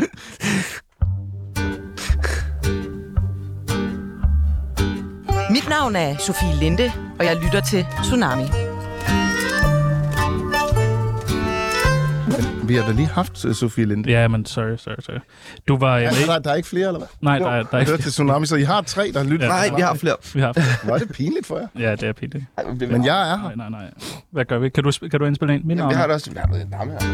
Speaker 6: Mit navn er Sofie Linde, og jeg lytter til Tsunami.
Speaker 5: vi har da lige haft uh, Sofie Linde.
Speaker 2: Ja, men sorry, sorry, sorry. Du var... Øh,
Speaker 5: Ja,
Speaker 2: med...
Speaker 5: der, der er ikke flere, eller hvad?
Speaker 2: Nej, der, er- der er
Speaker 5: Jeg
Speaker 2: ikke...
Speaker 5: hørte til Tsunami, så I har tre, der lytter.
Speaker 2: Ja.
Speaker 1: Nej, vi har flere.
Speaker 2: Vi har...
Speaker 5: Nå, er det pinligt for jer.
Speaker 2: Ja, det er pinligt.
Speaker 5: Men jeg er her.
Speaker 2: Nej, nej, nej. Hvad gør vi? Kan du, kan du indspille en? Min
Speaker 5: Jamen, det
Speaker 2: navn?
Speaker 5: har det også. Vi har noget navn her.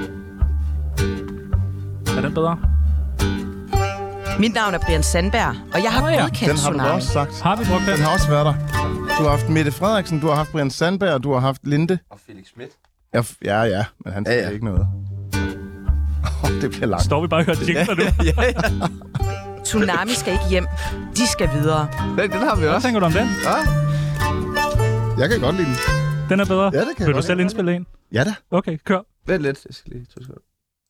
Speaker 2: Er den bedre?
Speaker 6: Mit navn er Brian Sandberg, og jeg har
Speaker 2: Nå ja,
Speaker 6: godkendt
Speaker 5: Den har du da
Speaker 6: Tsunami.
Speaker 5: også sagt.
Speaker 2: Har vi brugt den?
Speaker 5: Den har også været der. Du har haft Mette Frederiksen, du har haft Brian Sandberg, og du har haft Linde.
Speaker 1: Og Felix Schmidt.
Speaker 5: Ja, f- ja, ja, men han siger
Speaker 1: Ja,
Speaker 5: ja,
Speaker 1: ja.
Speaker 5: ja. ikke noget. Oh, det bliver langt.
Speaker 2: Står vi bare og hører jingler nu?
Speaker 1: Ja, ja.
Speaker 6: Tsunami skal ikke hjem. De skal videre.
Speaker 1: Den, den har vi
Speaker 2: Hvad
Speaker 1: også.
Speaker 2: tænker du om den?
Speaker 1: Ja.
Speaker 5: Jeg kan godt lide den.
Speaker 2: Den er bedre?
Speaker 5: Ja, det kan jeg
Speaker 2: Vil du
Speaker 5: godt
Speaker 2: selv
Speaker 5: lide.
Speaker 2: indspille en?
Speaker 5: Ja da.
Speaker 2: Okay, kør.
Speaker 1: Vent lidt. Jeg skal lige... to sekunder.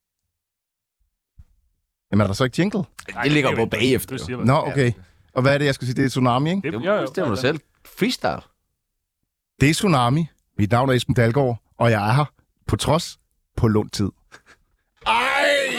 Speaker 5: Jamen, er der så ikke jingle?
Speaker 1: Det ligger
Speaker 2: er
Speaker 1: på
Speaker 2: jo-
Speaker 1: bagefter.
Speaker 2: Du siger, hvad-
Speaker 5: Nå, okay. Og hvad er det, jeg skal sige? Det er Tsunami, ikke?
Speaker 2: Det,
Speaker 1: Det
Speaker 2: jo, jo,
Speaker 1: bestemmer du selv. Freestyle.
Speaker 5: Det er Tsunami. Mit navn er Esben Dalgaard, og jeg er her på trods på Lund tid. Ej!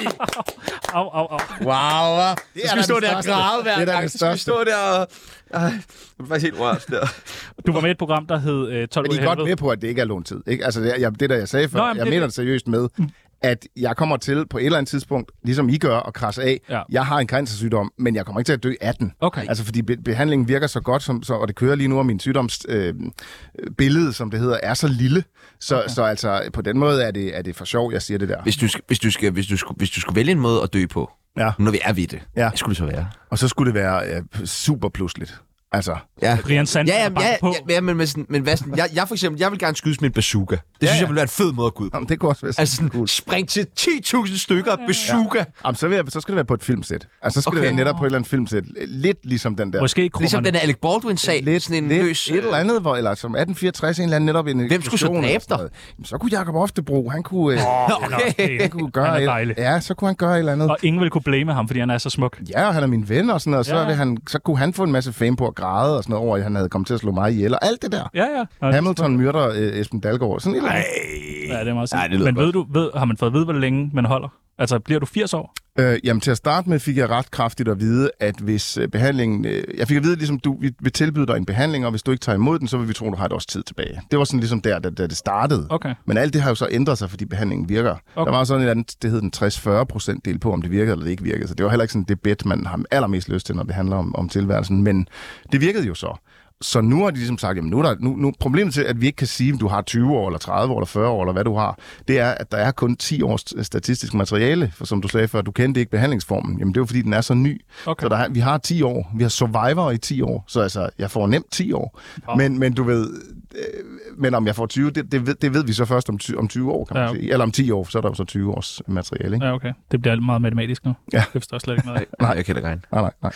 Speaker 2: Au, au, au.
Speaker 1: Wow, hva?
Speaker 5: Det
Speaker 1: Så skal vi stå der og græde hver
Speaker 5: Det er da
Speaker 1: gang.
Speaker 5: det
Speaker 1: Så skal vi
Speaker 5: største.
Speaker 1: stå der og... Ej, jeg er faktisk helt rørt der.
Speaker 2: Du var med i et program, der hed øh, tolv
Speaker 5: Men I
Speaker 2: uger
Speaker 5: er
Speaker 2: i
Speaker 5: godt
Speaker 2: helvede.
Speaker 5: med på, at det ikke er låntid. Ikke? Altså, det, jeg, det der, jeg sagde før,
Speaker 2: Nå,
Speaker 5: Nå,
Speaker 2: jamen,
Speaker 5: jeg
Speaker 2: det-
Speaker 5: mener det seriøst med, at jeg kommer til på et eller andet tidspunkt, ligesom I gør, at krasse af.
Speaker 2: Ja.
Speaker 5: Jeg har en cancersygdom, men jeg kommer ikke til at dø af den.
Speaker 2: Okay.
Speaker 5: Altså, fordi be- behandlingen virker så godt, som, så, og det kører lige nu, og min sygdomsbillede, øh, billede, som det hedder, er så lille. Så, okay. så altså, på den måde er det, er det for sjov, jeg siger det der.
Speaker 1: Hvis du, skal, hvis, du skal, hvis, du skulle, hvis du skulle vælge en måde at dø på,
Speaker 5: Ja.
Speaker 1: når vi er ved det,
Speaker 5: Ja.
Speaker 1: hvad skulle det så være?
Speaker 5: Og så skulle det være ja, super pludseligt. Altså,
Speaker 1: Ja.
Speaker 2: Brian Sandberg
Speaker 1: Ja, ja,
Speaker 2: banker
Speaker 1: ja,
Speaker 2: på.
Speaker 1: ja, ja, men, men, sådan, men hvad sådan, jeg, jeg for eksempel, jeg vil gerne skydes med en bazooka. Det
Speaker 5: Ja,
Speaker 1: synes
Speaker 5: ja.
Speaker 1: jeg ville være en fed måde at gå ud på.
Speaker 5: jamen, det kunne også være
Speaker 1: Altså sådan,
Speaker 5: cool.
Speaker 1: spring til ti tusind stykker bazooka.
Speaker 5: Jamen, så, vil jeg, så skal det være på et filmsæt. Altså, så skal
Speaker 1: Okay.
Speaker 5: det være netop på et eller andet filmsæt. Lidt ligesom den der.
Speaker 2: Måske krummer
Speaker 1: Ligesom den
Speaker 2: den.
Speaker 1: der Alec Baldwin-sag.
Speaker 5: Lidt,
Speaker 1: sådan en
Speaker 5: lidt
Speaker 1: løs...
Speaker 5: et eller andet, hvor, eller som atten fireogtres, en eller anden netop en
Speaker 1: Hvem skulle så
Speaker 5: eksplosion eller
Speaker 1: dræbe
Speaker 5: sådan noget. Jamen, så kunne Jacob Oftebro, han kunne, øh,
Speaker 1: Okay.
Speaker 5: han kunne gøre
Speaker 2: Han er
Speaker 5: et,
Speaker 2: dejlig.
Speaker 5: ja, så kunne han gøre et eller andet.
Speaker 2: Og ingen vil kunne blame ham, fordi han er så smuk.
Speaker 5: Ja, og han er min ven og sådan noget, og så,
Speaker 2: Ja.
Speaker 5: ja. vil han, så kunne han få en masse fame på at græde og sådan noget over, at han havde kommet til at slå mig ihjel, og alt det der.
Speaker 2: Ja, ja. Nå,
Speaker 5: Hamilton myrder øh, Esben Dalgaard, sådan et eller andet.
Speaker 2: Ja, det er meget
Speaker 1: Ja,
Speaker 2: ja,
Speaker 1: det lyder
Speaker 2: Men ved
Speaker 1: godt.
Speaker 2: du, ved, har man fået at vide, hvor længe man holder? Altså, bliver du firs år?
Speaker 5: Øh, jamen til at starte med fik jeg ret kraftigt at vide, at hvis øh, behandlingen... Øh, jeg fik at vide, ligesom du, vi vil tilbyde dig en behandling, og hvis du ikke tager imod den, så vil vi tro, du har et års tid tilbage. Det var sådan ligesom der, da, da det startede.
Speaker 2: Okay.
Speaker 5: Men alt det har jo så ændret sig, fordi behandlingen virker.
Speaker 2: Okay.
Speaker 5: Okay. Der var sådan et andet, det hed den tres til fyrre procent del på, om det virkede eller det ikke virkede. Så det var heller ikke sådan det bet, man har allermest lyst til, når det handler om, om tilværelsen. Men det virkede jo så. Så nu har de ligesom sagt, jamen nu er der, nu, nu, problemet til, at vi ikke kan sige, om du har tyve år, eller tredive år, eller fyrre år, eller hvad du har, det er, at der er kun ti års statistisk materiale, for som du sagde før, du kendte ikke behandlingsformen. Jamen det er jo fordi, den er så ny.
Speaker 2: Okay.
Speaker 5: Så der er, vi har ti år. Vi har Survivor i ti år. Så altså, jeg får nemt ti år.
Speaker 2: Wow.
Speaker 5: Men, men du ved, øh, men om jeg får tyve, det, det, ved, det ved vi så først om tyve, om tyve år, kan man
Speaker 2: Ja, okay.
Speaker 5: sige. Eller om ti år, så er der jo så tyve års materiale, ikke?
Speaker 2: Ja, okay. Det bliver meget matematisk nu.
Speaker 5: Ja.
Speaker 2: Det forstår jeg slet ikke noget af.
Speaker 1: Nej, jeg kan ikke regne.
Speaker 5: Nej, nej, nej.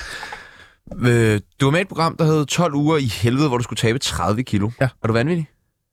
Speaker 1: Øh, Du var med i et program, der hed tolv uger i helvede, hvor du skulle tabe tredive kilo.
Speaker 5: Ja.
Speaker 1: Er du vanvittig?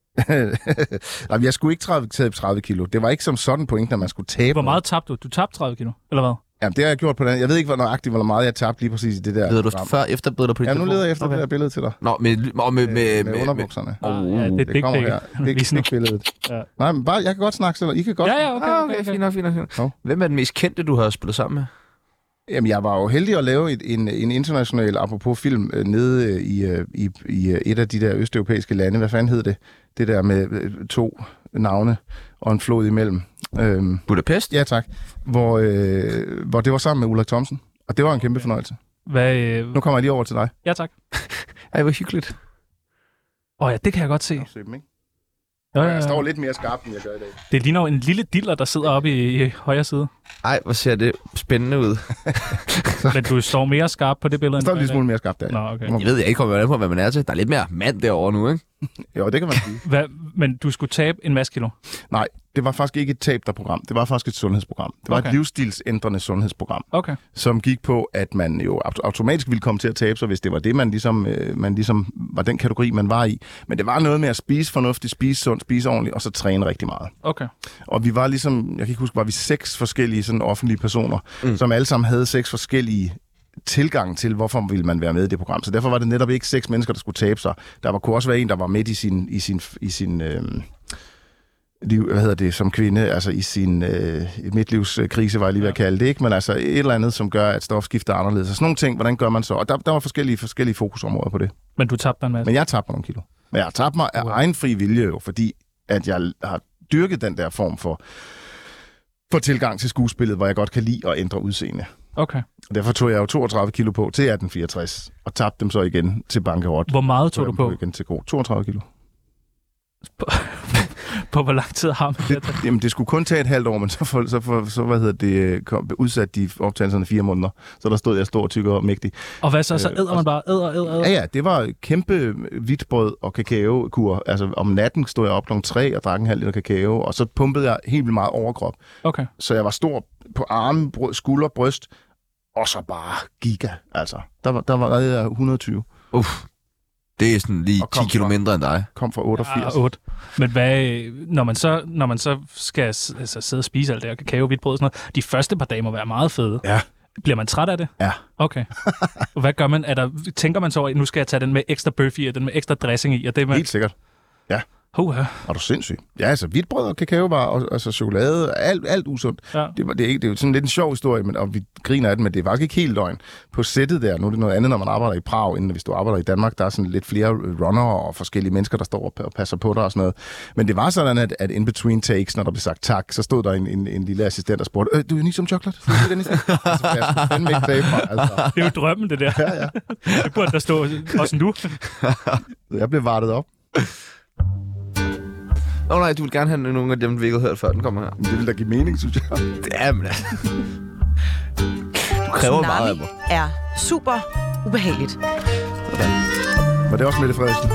Speaker 5: Nej, jeg skulle ikke tabe tredive kilo. Det var ikke som sådan pointen, at man skulle tabe.
Speaker 2: Hvor meget tabte du? Du tabte tredive kilo, eller hvad?
Speaker 5: Jamen, det har jeg gjort på den. Jeg ved ikke, hvor nøjagtigt, hvor meget jeg tabte lige præcis i det der
Speaker 1: Leder du
Speaker 5: program.
Speaker 1: før, efter billeder på dit
Speaker 5: Ja, nu
Speaker 1: telefon?
Speaker 5: leder jeg efter
Speaker 1: Okay.
Speaker 5: det der billede til dig.
Speaker 1: Nå, med, og med, med,
Speaker 5: Med,
Speaker 1: med,
Speaker 5: med underbukserne.
Speaker 2: Ah, ja, det er
Speaker 5: Det kommer
Speaker 2: dick
Speaker 5: her.
Speaker 2: pic.
Speaker 5: Det
Speaker 2: Lige
Speaker 5: er billedet.
Speaker 2: Ja.
Speaker 5: Nej, men bare, jeg kan godt snakke selv. I kan godt.
Speaker 2: Ja, ja, okay,
Speaker 1: Ah,
Speaker 2: okay,
Speaker 1: okay,
Speaker 2: okay.
Speaker 1: fint nok, fint nok. fint nok.
Speaker 5: Nå.
Speaker 1: Hvem er den mest kendte, du har spillet sammen med?
Speaker 5: Jamen, jeg var jo heldig at lave et, en, en international, apropos film, øh, nede øh, i, øh, i, i øh, et af de der østeuropæiske lande. Hvad fanden hed det? Det der med øh, to navne og en flod imellem. Øhm,
Speaker 1: Budapest?
Speaker 5: ja, tak. Hvor, øh, hvor det var sammen med Ulrik Thomsen. Og det var en kæmpe fornøjelse.
Speaker 2: Hvad, øh...
Speaker 5: Nu kommer jeg lige over til dig.
Speaker 2: Ja, tak.
Speaker 1: Ej, hvor hyggeligt.
Speaker 2: Åh oh, ja, det kan jeg godt se.
Speaker 5: Se dem, ikke?
Speaker 2: Ja, ja,
Speaker 5: Jeg står
Speaker 2: ja.
Speaker 5: lidt mere skarp, end jeg gør i dag.
Speaker 2: Det ligner jo en lille diller, der sidder oppe i, i højre side.
Speaker 1: Ej, hvor ser det spændende ud.
Speaker 2: Men du står mere skarp på det billede,
Speaker 5: Jeg
Speaker 2: end
Speaker 5: står
Speaker 2: du
Speaker 5: en
Speaker 2: gør
Speaker 5: lille
Speaker 2: i
Speaker 5: smule mere skarp der.
Speaker 2: dag. Nå, okay.
Speaker 1: Jeg ved, jeg ikke kommer an på, hvad man er til. Der er lidt mere mand derovre nu, ikke?
Speaker 5: Jo, det kan man sige.
Speaker 2: Hvad, men du skulle tabe en masse kilo.
Speaker 5: Nej, det var faktisk ikke et tab der program. Det var faktisk et sundhedsprogram. Det var
Speaker 2: Okay.
Speaker 5: et livsstilsændrende sundhedsprogram,
Speaker 2: Okay.
Speaker 5: som gik på, at man jo aut- automatisk ville komme til at tabe sig, hvis det var det, man ligesom, øh, man ligesom var den kategori, man var i. Men det var noget med at spise fornuftigt, spise sundt, spise ordentligt, og så træne rigtig meget.
Speaker 2: Okay.
Speaker 5: Og vi var ligesom, jeg kan ikke huske, var vi seks forskellige sådan offentlige personer, mm. som alle sammen havde seks forskellige tilgang til, hvorfor ville man være med i det program. Så derfor var det netop ikke seks mennesker, der skulle tabe sig. Der var, kunne også være en, der var midt i sin, i sin, i sin øh, liv, hvad hedder det, som kvinde, altså i sin øh, midtlivskrise, var jeg lige ved at kalde det, ikke? Men altså et eller andet, som gør, at stofskiftet er anderledes. Og sådan nogle ting, hvordan gør man så? Og der, der var forskellige, forskellige fokusområder på det.
Speaker 2: Men du tabte en masse.
Speaker 5: Men jeg tabte mig nogle kilo. Men jeg har tabt mig af
Speaker 2: Wow.
Speaker 5: egen fri vilje jo, fordi at jeg har dyrket den der form for, for tilgang til skuespillet, hvor jeg godt kan lide at ændre udseende.
Speaker 2: Okay.
Speaker 5: Og derfor tog jeg jo toogtredive kilo på til atten fireogtres, og tabte dem så igen til bankerot.
Speaker 2: Hvor meget tog du
Speaker 5: dem
Speaker 2: på?
Speaker 5: Igen til god. toogtredive kilo.
Speaker 2: På hvor lang tid har man det?
Speaker 5: Jamen, det skulle kun tage et halvt år, men så, for, så, for, så hvad hedder det, kom, udsat de optagelserne fire måneder. Så der stod jeg stor, tyk og mægtig.
Speaker 2: Og hvad så? Så
Speaker 5: Øh,
Speaker 2: æder man bare æder, æder, æder.
Speaker 5: Ja, ja, det var kæmpe hvidtbrød og kakaokur. Altså, om natten stod jeg op klokken tre og drak en halv liter kakao, og så pumpede jeg helt vildt meget overkrop.
Speaker 2: Okay.
Speaker 5: Så jeg var stor på arme, brød, skulder, bryst, og så bare giga, altså. Der var, der var jeg et hundrede og tyve.
Speaker 1: Uff. Det er sådan lige
Speaker 5: Og kom
Speaker 1: ti kilo
Speaker 5: fra-
Speaker 1: mindre end dig.
Speaker 5: Kom fra otteogfirs.
Speaker 2: Ja, otte. Men hvad, når man så, når man så skal s- altså, sidde og spise alt det her kakao, hvidt brød og sådan noget, de første par dage må være meget fede.
Speaker 5: Ja.
Speaker 2: Bliver man træt af det?
Speaker 5: Ja.
Speaker 2: Okay. Og hvad gør man? Er der, tænker man så over, at nu skal jeg tage den med ekstra bøf i, og den med ekstra dressing i, og det med...
Speaker 5: Helt sikkert. Ja.
Speaker 2: Huha.
Speaker 5: Er du sindssyg? Ja, altså hvidtbrød og kakaovarer, og altså chokolade, alt, alt usundt.
Speaker 2: Ja.
Speaker 5: Det, var, det, er ikke, det er jo sådan lidt en sjov historie, men, og vi griner af den, men det er faktisk ikke helt løgn. På sættet der, nu er det noget andet, når man arbejder i Prag, end hvis du arbejder i Danmark, der er sådan lidt flere runner og forskellige mennesker, der står og passer på dig og sådan noget. Men det var sådan, at, at in between takes, når der blev sagt tak, så stod der en, en, en lille assistent og spurgte, øh, du er need some chocolate? Altså, jeg skulle fandme ikke tabe mig, altså.
Speaker 2: Det er jo drømmen, det der.
Speaker 5: Ja, ja.
Speaker 2: Det burde der stå også nu.
Speaker 5: Jeg blev vartet op.
Speaker 1: Nå nej, du vil gerne have nogle af dem, vi ikke har hørt før, den kommer her.
Speaker 5: Men det vil da give mening, synes jeg.
Speaker 1: Ja, men altså. Du kræver
Speaker 6: Tsunami
Speaker 1: meget af mig.
Speaker 6: er super ubehageligt.
Speaker 5: Var det også Mette Frederiksen?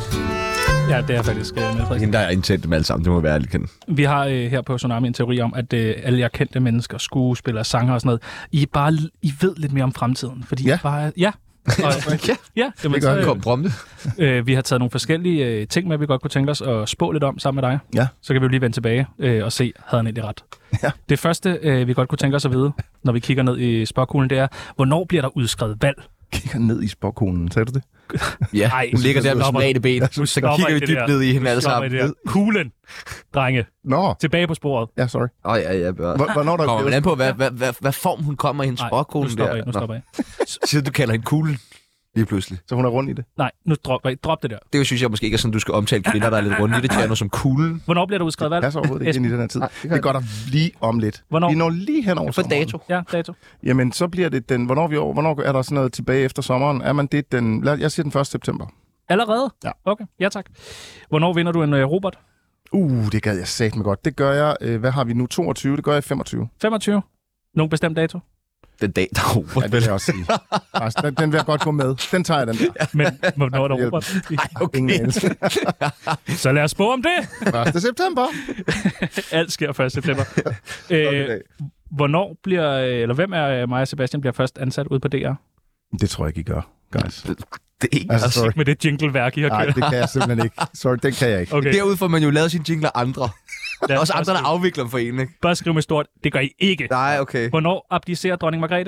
Speaker 2: Ja, det er faktisk uh, Mette Frederiksen.
Speaker 1: Hende, der har indtændt dem alle sammen, det må være ærligt kendt.
Speaker 2: Vi har uh, her på Tsunami en teori om, at uh, alle jer kendte mennesker, skuespillere, sanger og sådan noget, I, bare, I ved lidt mere om fremtiden. Fordi
Speaker 5: Ja.
Speaker 2: I bare... Ja. Og,
Speaker 1: Ja,
Speaker 2: ja, det,
Speaker 5: Det gør vi.
Speaker 1: kom prompte.
Speaker 2: øh, vi har taget nogle forskellige øh, ting med, vi godt kunne tænke os at spå lidt om sammen med dig.
Speaker 5: Ja.
Speaker 2: Så kan vi jo lige vende tilbage øh, og se, havde han egentlig ret.
Speaker 5: Ja.
Speaker 2: Det første, øh, vi godt kunne tænke os at vide, når vi kigger ned i spåkuglen, det er, hvornår bliver der udskrevet valg?
Speaker 5: Kigger ned i spåkonen, sagde du det?
Speaker 1: Ja,
Speaker 2: Ej,
Speaker 1: hun ligger der med
Speaker 2: stopper.
Speaker 1: spredte ben, så
Speaker 2: stopper
Speaker 1: kigger vi
Speaker 2: i det
Speaker 1: dybt
Speaker 2: der.
Speaker 1: ned i hende alle
Speaker 2: Stopper i
Speaker 1: sammen.
Speaker 2: det der. Kuglen, drenge.
Speaker 5: Nå,
Speaker 2: Tilbage på sporet.
Speaker 5: ja, sorry.
Speaker 1: Åh, oh, ja, ja. Bør.
Speaker 5: Hvor- Hvornår der
Speaker 1: Kommer man an på, hvad, hvad, hvad, hvad form hun kommer i hendes
Speaker 2: Nej, nu
Speaker 1: spåkone
Speaker 2: stopper
Speaker 1: der?
Speaker 2: jeg, nu stopper jeg.
Speaker 1: Så du kalder hende kuglen lige pludselig.
Speaker 5: Så hun er rundt i det?
Speaker 2: Nej, nu dropper jeg. Drop det der.
Speaker 1: Det synes jeg måske ikke er sådan, du skal omtale kvinder, der er lidt rundt i det. Det er noget som kuglen.
Speaker 2: Hvornår bliver der udskrevet valg?
Speaker 5: Det passer overhovedet ikke ind i den her tid.
Speaker 1: Nej, det
Speaker 5: Det,
Speaker 1: gør
Speaker 5: det går der lige om lidt.
Speaker 2: Hvornår?
Speaker 5: Vi når lige hen over
Speaker 1: For
Speaker 5: sommeren.
Speaker 1: dato.
Speaker 2: Ja, dato.
Speaker 5: Jamen, så bliver det den... Hvornår, er vi over? Hvornår er der sådan noget tilbage efter sommeren? Er man det den... lad- Jeg siger den første september.
Speaker 2: Allerede?
Speaker 5: Ja.
Speaker 2: Okay, ja tak. Hvornår vinder du en uh, Robert?
Speaker 5: Uh, det gad jeg satme godt. Det gør jeg... Øh, hvad har vi nu? toogtyve? Det gør jeg i femogtyve.
Speaker 2: femogtyve? Nogen bestemt dato?
Speaker 1: Den dag, der er Robert.
Speaker 5: Ja, det vil jeg også sige. Altså, den, den vil jeg godt gå med. Den tager jeg, den der.
Speaker 2: Men hvornår er der
Speaker 5: Hjælp.
Speaker 2: Robert?
Speaker 1: Nej, okay.
Speaker 5: Ingen anelse.
Speaker 2: Så lad os spå om det!
Speaker 5: første september.
Speaker 2: Alt sker første september.
Speaker 5: Sådan i
Speaker 2: øh,
Speaker 5: dag.
Speaker 2: hvornår bliver, eller hvem er øh, mig og Sebastian bliver først ansat ude på D R?
Speaker 5: Det tror jeg ikke, I gør, guys.
Speaker 1: Det er ikke.
Speaker 5: Altså, sorry.
Speaker 2: Med det jingleværk, I har
Speaker 5: Nej,
Speaker 2: kørt.
Speaker 5: det kan jeg simpelthen ikke. Sorry, den kan jeg ikke.
Speaker 2: Okay,
Speaker 1: Derude får man jo lavet sine jingler andre.
Speaker 2: lad os
Speaker 1: Også
Speaker 2: bare
Speaker 1: andre, der
Speaker 2: skrive-
Speaker 1: afvikler for en, ikke?
Speaker 2: Bare skriv med stort. Det gør I ikke.
Speaker 1: Nej, okay.
Speaker 2: Hvornår abdicerer dronning Margrethe?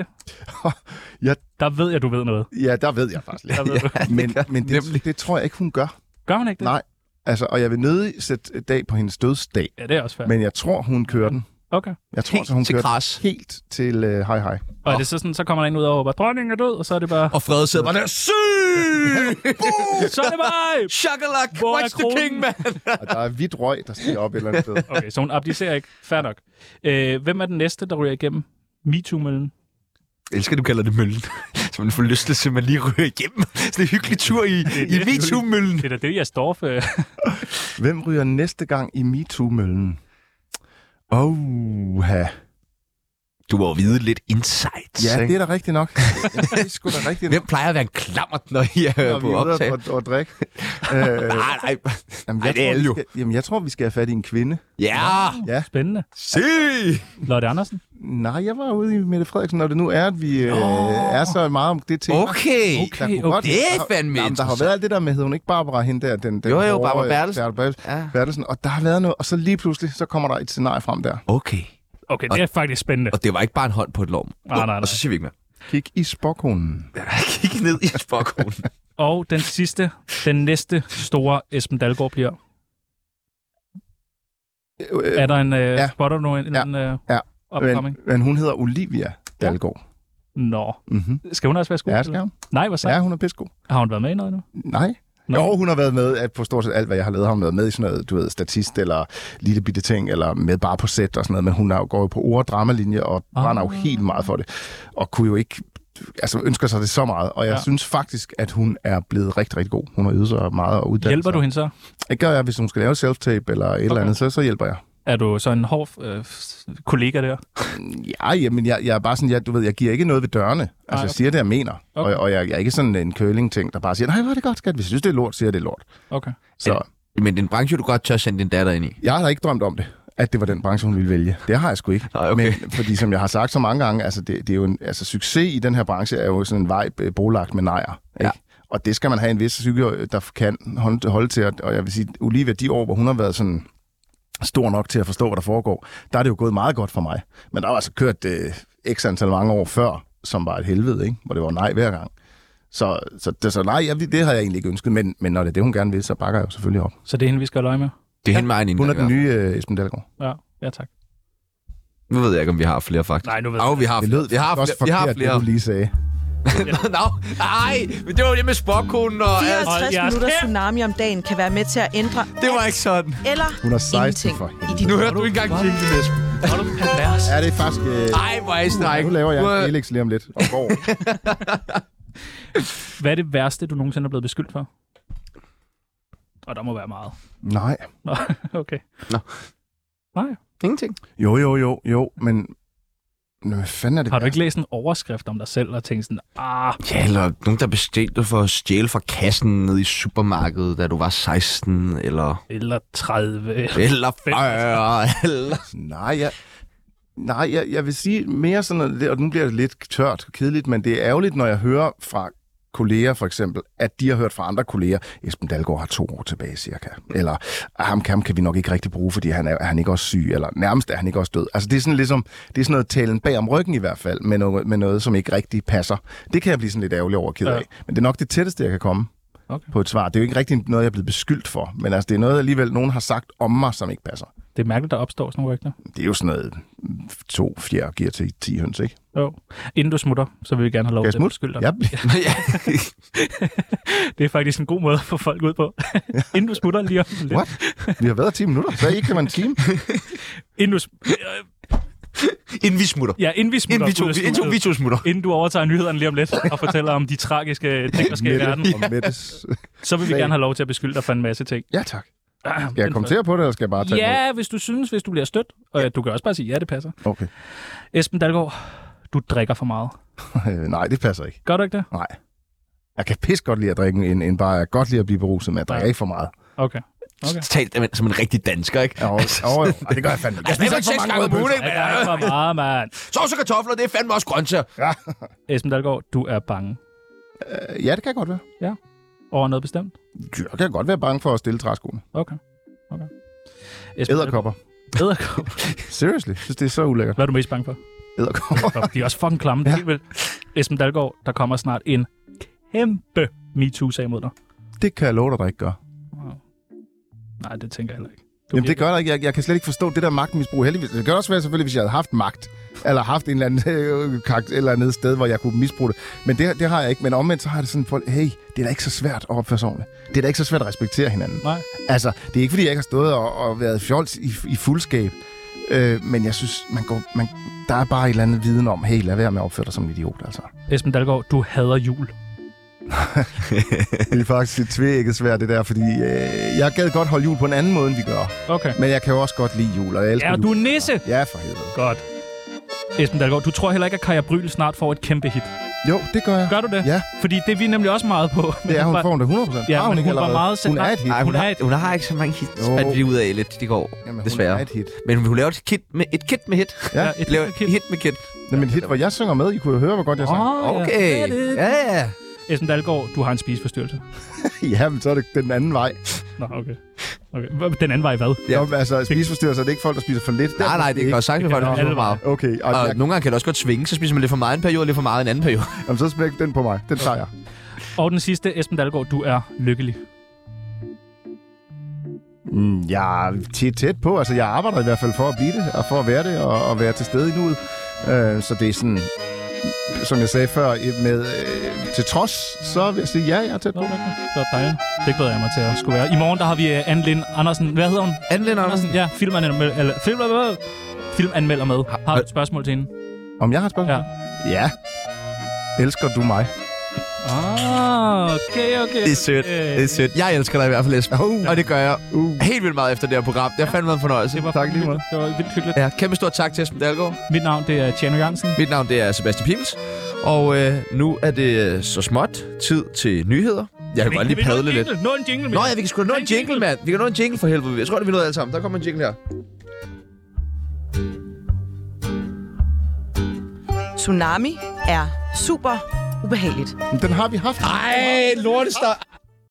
Speaker 5: Ja.
Speaker 2: Der ved jeg, du ved noget.
Speaker 5: Ja, der ved jeg faktisk lidt.
Speaker 2: Der ved du.
Speaker 5: Men, men det,
Speaker 1: Nemlig.
Speaker 5: det tror jeg ikke, hun gør.
Speaker 2: Gør hun ikke det?
Speaker 5: Nej. Altså, og jeg vil nødig sætte dag på hendes dødsdag.
Speaker 2: Ja, det er også fair.
Speaker 5: Men jeg tror, hun kører den.
Speaker 2: Okay.
Speaker 5: Jeg tror,
Speaker 1: Helt
Speaker 5: så hun
Speaker 1: til
Speaker 5: kører
Speaker 1: kras.
Speaker 5: den helt til uh, hej hej.
Speaker 2: Og er det så sådan, så kommer der en ud over, at dronningen er død, og så er det bare,
Speaker 1: Og Frede sidder bare der, syg!
Speaker 2: så er det mig!
Speaker 1: Shakalak,
Speaker 2: Hvor er
Speaker 1: watch the
Speaker 2: kronen?
Speaker 1: king, man!
Speaker 5: Og der er hvidt røg, der stiger op et eller andet sted.
Speaker 2: Okay, så hun abdicerer ikke. Fair nok. Øh, hvem er den næste, der ryger igennem MeToo-møllen?
Speaker 1: Jeg elsker, du kalder det møllen. Så man får lyst til, at man lige ryger igennem. Sådan en hyggelig tur i, i MeToo-møllen.
Speaker 2: Det er da det, jeg står for.
Speaker 5: Hvem ryger næste gang i MeToo-møllen? Oha.
Speaker 1: Du må jo vide lidt insights.
Speaker 5: Ja,
Speaker 1: ikke?
Speaker 5: det er da rigtigt nok. Det er sgu da rigtigt nok.
Speaker 1: Hvem plejer at være en klammert, når I er
Speaker 5: Når vi
Speaker 1: på
Speaker 5: er ude
Speaker 1: optag?
Speaker 5: og, og, og drikke. øh,
Speaker 1: Nej, nej.
Speaker 5: jamen,
Speaker 1: Ej,
Speaker 5: jeg
Speaker 1: det er
Speaker 5: tror,
Speaker 1: alle
Speaker 5: vi
Speaker 1: jo.
Speaker 5: skal, jamen, jeg tror, vi skal have fat i en kvinde.
Speaker 1: Ja!
Speaker 5: Ja.
Speaker 2: Spændende.
Speaker 1: Se!
Speaker 2: Lotte Andersen?
Speaker 5: Nej, jeg var ude i Mette Frederiksen, når det nu er, at vi øh, er så meget om det tema.
Speaker 1: Okay.
Speaker 5: Der kunne
Speaker 2: okay.
Speaker 5: godt-
Speaker 1: Det er
Speaker 5: der-
Speaker 1: fandme
Speaker 5: Jamen, der har
Speaker 1: interessant.
Speaker 5: været alt det der med, hed hun ikke Barbara hende der? Den, den
Speaker 1: Jo, jo,
Speaker 5: hårde,
Speaker 1: Barbara
Speaker 5: øh,
Speaker 1: Bertelsen.
Speaker 5: Barbara Bertelsen.
Speaker 1: Ja.
Speaker 5: Bertelsen. Og der har været noget, og så lige pludselig, så kommer der et scenarie frem der.
Speaker 1: Okay.
Speaker 2: Okay, det er faktisk spændende.
Speaker 1: Og det var ikke bare en hånd på et lom.
Speaker 2: Nej, nej, nej.
Speaker 1: Og så siger vi ikke mere.
Speaker 5: Kig i spåkonen.
Speaker 1: Kig ned i spåkonen.
Speaker 2: Og den sidste, den næste store Esben Dalgaard bliver.
Speaker 5: Øh,
Speaker 2: Er der en, øh,
Speaker 5: ja.
Speaker 2: spotter du en,
Speaker 5: Ja.
Speaker 2: en øh,
Speaker 5: Ja.
Speaker 2: upcoming?
Speaker 5: men, men hun hedder Olivia Dalgaard.
Speaker 2: Nå.
Speaker 5: Mm-hmm.
Speaker 2: Skal hun også være
Speaker 5: Ja,
Speaker 2: skuespiller?
Speaker 5: skal hun.
Speaker 2: Nej, hvor sejt.
Speaker 5: Ja, hun er pissegod.
Speaker 2: Har hun været med i noget nu?
Speaker 5: Nej.
Speaker 2: Nå.
Speaker 5: Jo, hun har været med at på stort set alt, hvad jeg har lavet. Har hun været med i sådan noget, du ved, statist eller lille bitte ting, eller med bare på sæt og sådan noget. Men hun er jo, går jo på ord- og dramalinje og
Speaker 2: Ah.
Speaker 5: brænder jo helt meget for det. Og kunne jo ikke, altså ønsker sig det så meget. Og jeg
Speaker 2: Ja.
Speaker 5: ja. synes faktisk, at hun er blevet rigtig, rigtig god. Hun har ydet sig meget og uddannet
Speaker 2: Hjælper
Speaker 5: sig.
Speaker 2: du hende så?
Speaker 5: Det gør jeg, hvis hun skal lave self-tape eller et okay. eller andet, så, så hjælper jeg.
Speaker 2: Er du så en hård øh, kollega der?
Speaker 5: Ja, jamen, jeg, jeg er bare sådan, jeg, du ved, jeg giver ikke noget ved dørene. Altså,
Speaker 2: okay.
Speaker 5: jeg siger det, jeg mener.
Speaker 2: Okay.
Speaker 5: Og, og jeg, jeg er ikke sådan en curling-ting, der bare siger, nej, hvor er det godt, skat. Hvis jeg synes, det er lort, siger jeg, det er lort.
Speaker 2: Okay.
Speaker 5: Så
Speaker 1: Men det er en branche, du godt tør sende din datter ind i.
Speaker 5: jeg har ikke drømt om det, at det var den branche, hun ville vælge. Det har jeg sgu ikke.
Speaker 1: Nej, okay.
Speaker 5: Men fordi, som jeg har sagt så mange gange, altså, det, det er jo en, altså, succes i den her branche er jo sådan en vej øh, brolagt med nejer. Ikke?
Speaker 1: Ja.
Speaker 5: Og det skal man have en vis psyke, der kan holde, holde til. Og jeg vil sige, Olivia, de år, hvor hun har været sådan stor nok til at forstå, hvad der foregår, der er det jo gået meget godt for mig. Men der har altså kørt øh, x antal mange år før, som var et helvede, ikke? Hvor det var nej hver gang. Så, så, det, så nej, jeg, det har jeg egentlig ikke ønsket, men, men når det er det, hun gerne vil, så bakker jeg jo selvfølgelig op.
Speaker 2: Så det er hende, vi skal holde øje med?
Speaker 1: Det er hende mig en
Speaker 5: Hun er den nye uh, Esben Dalgaard.
Speaker 2: Ja, ja tak.
Speaker 1: Nu ved jeg ikke, om vi har flere, faktisk.
Speaker 2: Nej, nu ved
Speaker 1: jeg. Oh, vi har
Speaker 5: Det
Speaker 1: flere.
Speaker 5: lød
Speaker 1: Vi har
Speaker 5: også
Speaker 1: flere. Vi har
Speaker 5: forkert,
Speaker 1: flere.
Speaker 5: det du lige sagde.
Speaker 1: Nå, nej, men det var det med spokkonen og...
Speaker 6: fireoghalvtreds
Speaker 2: Hold jeres
Speaker 6: minutter
Speaker 2: kæft!
Speaker 6: tsunami om dagen kan være med til at ændre
Speaker 1: Det var ikke sådan.
Speaker 6: eller
Speaker 5: Hun er seksten
Speaker 6: ingenting
Speaker 5: for
Speaker 6: i dit
Speaker 1: Nu hørte du ikke engang jinglen, Esben.
Speaker 2: Hvor er du pervers?
Speaker 5: Ja, det er faktisk... Øh,
Speaker 1: Ej, hvor er I stræk.
Speaker 5: nu laver jeg en Felix lige om lidt. Og går.
Speaker 2: Hvad er det værste, du nogensinde er blevet beskyldt for? Og der må være meget.
Speaker 5: Nej.
Speaker 2: Nå, okay.
Speaker 1: Nå.
Speaker 2: Nej.
Speaker 1: Ingenting.
Speaker 5: Jo, jo, jo, jo, men... Nå, hvad fanden er det?
Speaker 2: Har du ikke læst en overskrift om dig selv og tænkt sådan, ah,
Speaker 1: Ja, eller nogen, der bestilte dig for at stjæle fra kassen nede i supermarkedet, da du var seksten, eller...
Speaker 2: eller tredive, eller...
Speaker 1: Eller fyrre, eller...
Speaker 5: Nej, jeg, nej jeg, jeg vil sige mere sådan, at- og nu bliver det lidt tørt og kedeligt, men det er ærgerligt, når jeg hører fra kolleger for eksempel, at de har hørt fra andre kolleger, Esben Dalgaard har to år tilbage cirka, eller ham, ham kan vi nok ikke rigtig bruge, fordi han er, er han ikke også syg, eller nærmest er han ikke også død. Altså det er sådan ligesom, det er sådan noget talen bag om ryggen i hvert fald, med noget, med noget som ikke rigtig passer. Det kan jeg blive sådan lidt ærgerlig over ked af.
Speaker 2: Ja.
Speaker 5: Men det er nok det tætteste, jeg kan komme
Speaker 2: Okay.
Speaker 5: på et svar. Det er jo ikke rigtig noget, jeg er blevet beskyldt for, men altså det er noget, alligevel nogen har sagt om mig, som ikke passer.
Speaker 2: Det er mærkeligt, der opstår sådan nogle rygter.
Speaker 5: Det er jo sådan noget, to fjer giver til ti høns, ikke?
Speaker 2: Jo. Inden du smutter, så vil vi gerne have lov
Speaker 5: Kan jeg
Speaker 2: til at
Speaker 5: smutte?
Speaker 2: beskylde dig.
Speaker 5: Ja,
Speaker 2: Det er faktisk en god måde at få folk ud på. Inden du smutter lige om lidt.
Speaker 5: What? Vi har været ti minutter, så ikke kan man en time.
Speaker 2: Inden du... sm-
Speaker 1: Inden vi smutter.
Speaker 2: Ja, inden vi smutter
Speaker 1: Inden vi to,
Speaker 2: ud af
Speaker 1: inden to,
Speaker 2: studiet.
Speaker 1: vi to smutter.
Speaker 2: Inden du overtager nyhederne lige om lidt og fortæller om de tragiske ting, der sker i verden,
Speaker 5: og Mettes.
Speaker 2: så vil vi
Speaker 5: Sag.
Speaker 2: gerne have lov til at beskylde dig for en masse ting.
Speaker 5: Ja, tak.
Speaker 2: Ah,
Speaker 5: Skal jeg
Speaker 2: den
Speaker 5: kommentere på det, eller skal jeg bare tage
Speaker 2: Ja, hvis du synes, hvis du bliver stødt. Og ja. Du kan også bare sige, ja, det passer.
Speaker 5: noget? Okay.
Speaker 2: Esben Dalgaard, du drikker for meget.
Speaker 5: Øh, nej, det passer ikke.
Speaker 2: Gør du ikke det?
Speaker 5: Nej. Jeg kan pisse godt lide at drikke, end, end bare jeg godt lide at blive beruset, men jeg drikker
Speaker 2: Ja.
Speaker 5: ikke for meget.
Speaker 2: Okay. Okay.
Speaker 1: Tal som en rigtig dansker, ikke?
Speaker 5: Jo, jo, jo. Ej, det gør jeg fandme ikke.
Speaker 1: Jeg spiser ikke seks gange om ugen, ikke?
Speaker 2: Det er for meget, mand.
Speaker 1: Sovs og kartofler, det er fandme også grøntsager.
Speaker 2: Esben Dalgaard, du er bange
Speaker 5: Øh, ja, det kan godt være.
Speaker 2: over noget bestemt?
Speaker 5: Jeg kan godt være bange for at stille træskoene.
Speaker 2: Okay. Okay. Esben
Speaker 5: Æderkopper.
Speaker 2: Dalgaard- Edderkopper.
Speaker 5: Seriously, jeg synes, det er så ulækkert.
Speaker 2: Hvad er du mest bange for?
Speaker 5: Æderkopper.
Speaker 2: De er også fucking klamme. Det er helt vildt. Esben Dalgaard, der kommer snart en kæmpe MeToo-sag mod dig.
Speaker 5: Det kan jeg love dig, der ikke gør.
Speaker 2: Wow. Nej, det tænker jeg heller ikke. Du
Speaker 5: Jamen, det
Speaker 2: bliver-
Speaker 5: gør der ikke. Jeg, jeg kan slet ikke forstå det der magtmisbrug. Heldigvis. Det gør også være selvfølgelig, hvis jeg havde haft magt, eller haft en eller anden øh, karakter, eller andet sted, hvor jeg kunne misbruge det. Men det, det har jeg ikke. Men omvendt, så har det sådan for, hey, det er da ikke så svært at opføre sig ordentligt. Det er da ikke så svært at respektere hinanden.
Speaker 2: Nej.
Speaker 5: Altså, det er ikke, fordi jeg ikke har stået og, og været fjols i, i fuldskab. Øh, men jeg synes, man går, man, der er bare et eller andet viden om, hey, lad være med at opføre dig som en idiot, altså.
Speaker 2: Esben Dalgaard, du hader jul.
Speaker 5: Det er faktisk et tvækket svært, det der, fordi øh, jeg gad godt holde jul på en anden måde, end vi gør.
Speaker 2: Okay.
Speaker 5: Men jeg kan jo også godt lide jul, og jeg elsker
Speaker 2: Er
Speaker 5: jul.
Speaker 2: du nisse?
Speaker 5: Ja, for helvede.
Speaker 2: Godt. Esben Dalgaard, du tror heller ikke, at Kaja Bryl snart får et kæmpe hit.
Speaker 5: Jo, det gør jeg.
Speaker 2: Gør du det?
Speaker 5: Ja.
Speaker 2: Fordi det er vi nemlig også meget på.
Speaker 5: Det er hun
Speaker 2: var-
Speaker 5: får hun det hundrede procent.
Speaker 2: Ja,
Speaker 5: Har
Speaker 2: men
Speaker 5: ikke
Speaker 2: hun var
Speaker 5: allerede?
Speaker 2: meget selv-
Speaker 5: Hun er et hit.
Speaker 1: Nej, hun,
Speaker 2: Hun er
Speaker 1: har,
Speaker 2: et-
Speaker 1: hun har ikke så mange hits,
Speaker 5: Jo.
Speaker 1: at vi ud af lidt de går,
Speaker 5: Jamen, hun
Speaker 1: desværre.
Speaker 5: er et hit.
Speaker 1: Men hun laver et kit med, et kit med hit.
Speaker 5: Ja,
Speaker 2: Ja, et
Speaker 1: Laver
Speaker 2: lille
Speaker 1: et
Speaker 2: kid.
Speaker 1: hit med kit.
Speaker 5: Jamen, et hit, hvor jeg synger med. I kunne jo høre, hvor godt jeg sang.
Speaker 2: Åh,
Speaker 1: Okay.
Speaker 2: Ja.
Speaker 1: Ja, ja.
Speaker 2: Esben Dalgaard, du har en spiseforstyrrelse.
Speaker 5: Ja, men så er det den anden vej.
Speaker 2: Nå, okay. okay. Hva- Den anden vej hvad?
Speaker 5: Ja. Jo, altså, spiseforstyrrelser, det er ikke folk, der spiser for lidt.
Speaker 1: Nej, nej, det kan også sagtens
Speaker 2: Det
Speaker 1: være,
Speaker 2: kan
Speaker 1: at det er
Speaker 2: alle
Speaker 1: for meget.
Speaker 5: Okay, og
Speaker 1: Og
Speaker 5: jeg,
Speaker 1: nogle gange kan det også godt svinge, så spiser man lidt for meget en periode, og lidt for meget en anden periode.
Speaker 5: jamen, så smæk den på mig. Den tager jeg.
Speaker 2: Og den sidste, Esben Dalgaard, du er lykkelig.
Speaker 5: Mm, jeg er tæt, tæt på. Altså, jeg arbejder i hvert fald for at blive det, og for at være det, og, og være til stede i nuet. Øh, så det er sådan, som jeg sagde før, med øh, til trods, så vil jeg sige, ja, jeg er tæt
Speaker 2: Nå,
Speaker 5: på.
Speaker 2: okay. Det var dejligt. Det glæder jeg mig til at skulle være. I morgen, der har vi uh, Anne Lind Andersen. Hvad hedder hun?
Speaker 1: Anne
Speaker 2: Andersen. Ja, filmanmelder, eller, film, filmanmelder med. Har du et spørgsmål til hende?
Speaker 5: Om jeg har et spørgsmål?
Speaker 2: Ja.
Speaker 5: Ja. Elsker du mig?
Speaker 2: Ah, okay, okay.
Speaker 1: Det er sødt. Det er sødt. Jeg elsker dig i hvert fald, Esben.
Speaker 5: Uh.
Speaker 1: Og det gør jeg
Speaker 5: Uh.
Speaker 1: helt vildt meget efter det her program. Det har fandme været en fornøjelse.
Speaker 2: Det var
Speaker 5: Tak lige måde.
Speaker 2: Det var vildt hyggeligt.
Speaker 1: Ja, kæmpe stort tak til Esben Dalgaard.
Speaker 2: Mit navn, det er Tjerno Jørgensen.
Speaker 1: Mit navn, det er Sebastian Pibels. Og øh, nu er det øh, så småt tid til nyheder. Jeg kan godt lige padle lidt.
Speaker 2: Nå en jingle,
Speaker 1: Nå ja, vi kan sgu da nå en jingle, mand. Vi kan nå en jingle for helvede. Jeg tror, det vi nåede alle sammen. Der kommer en jingle her.
Speaker 6: Tsunami er super ubehageligt.
Speaker 5: Den har vi haft.
Speaker 1: Ej, lortestar.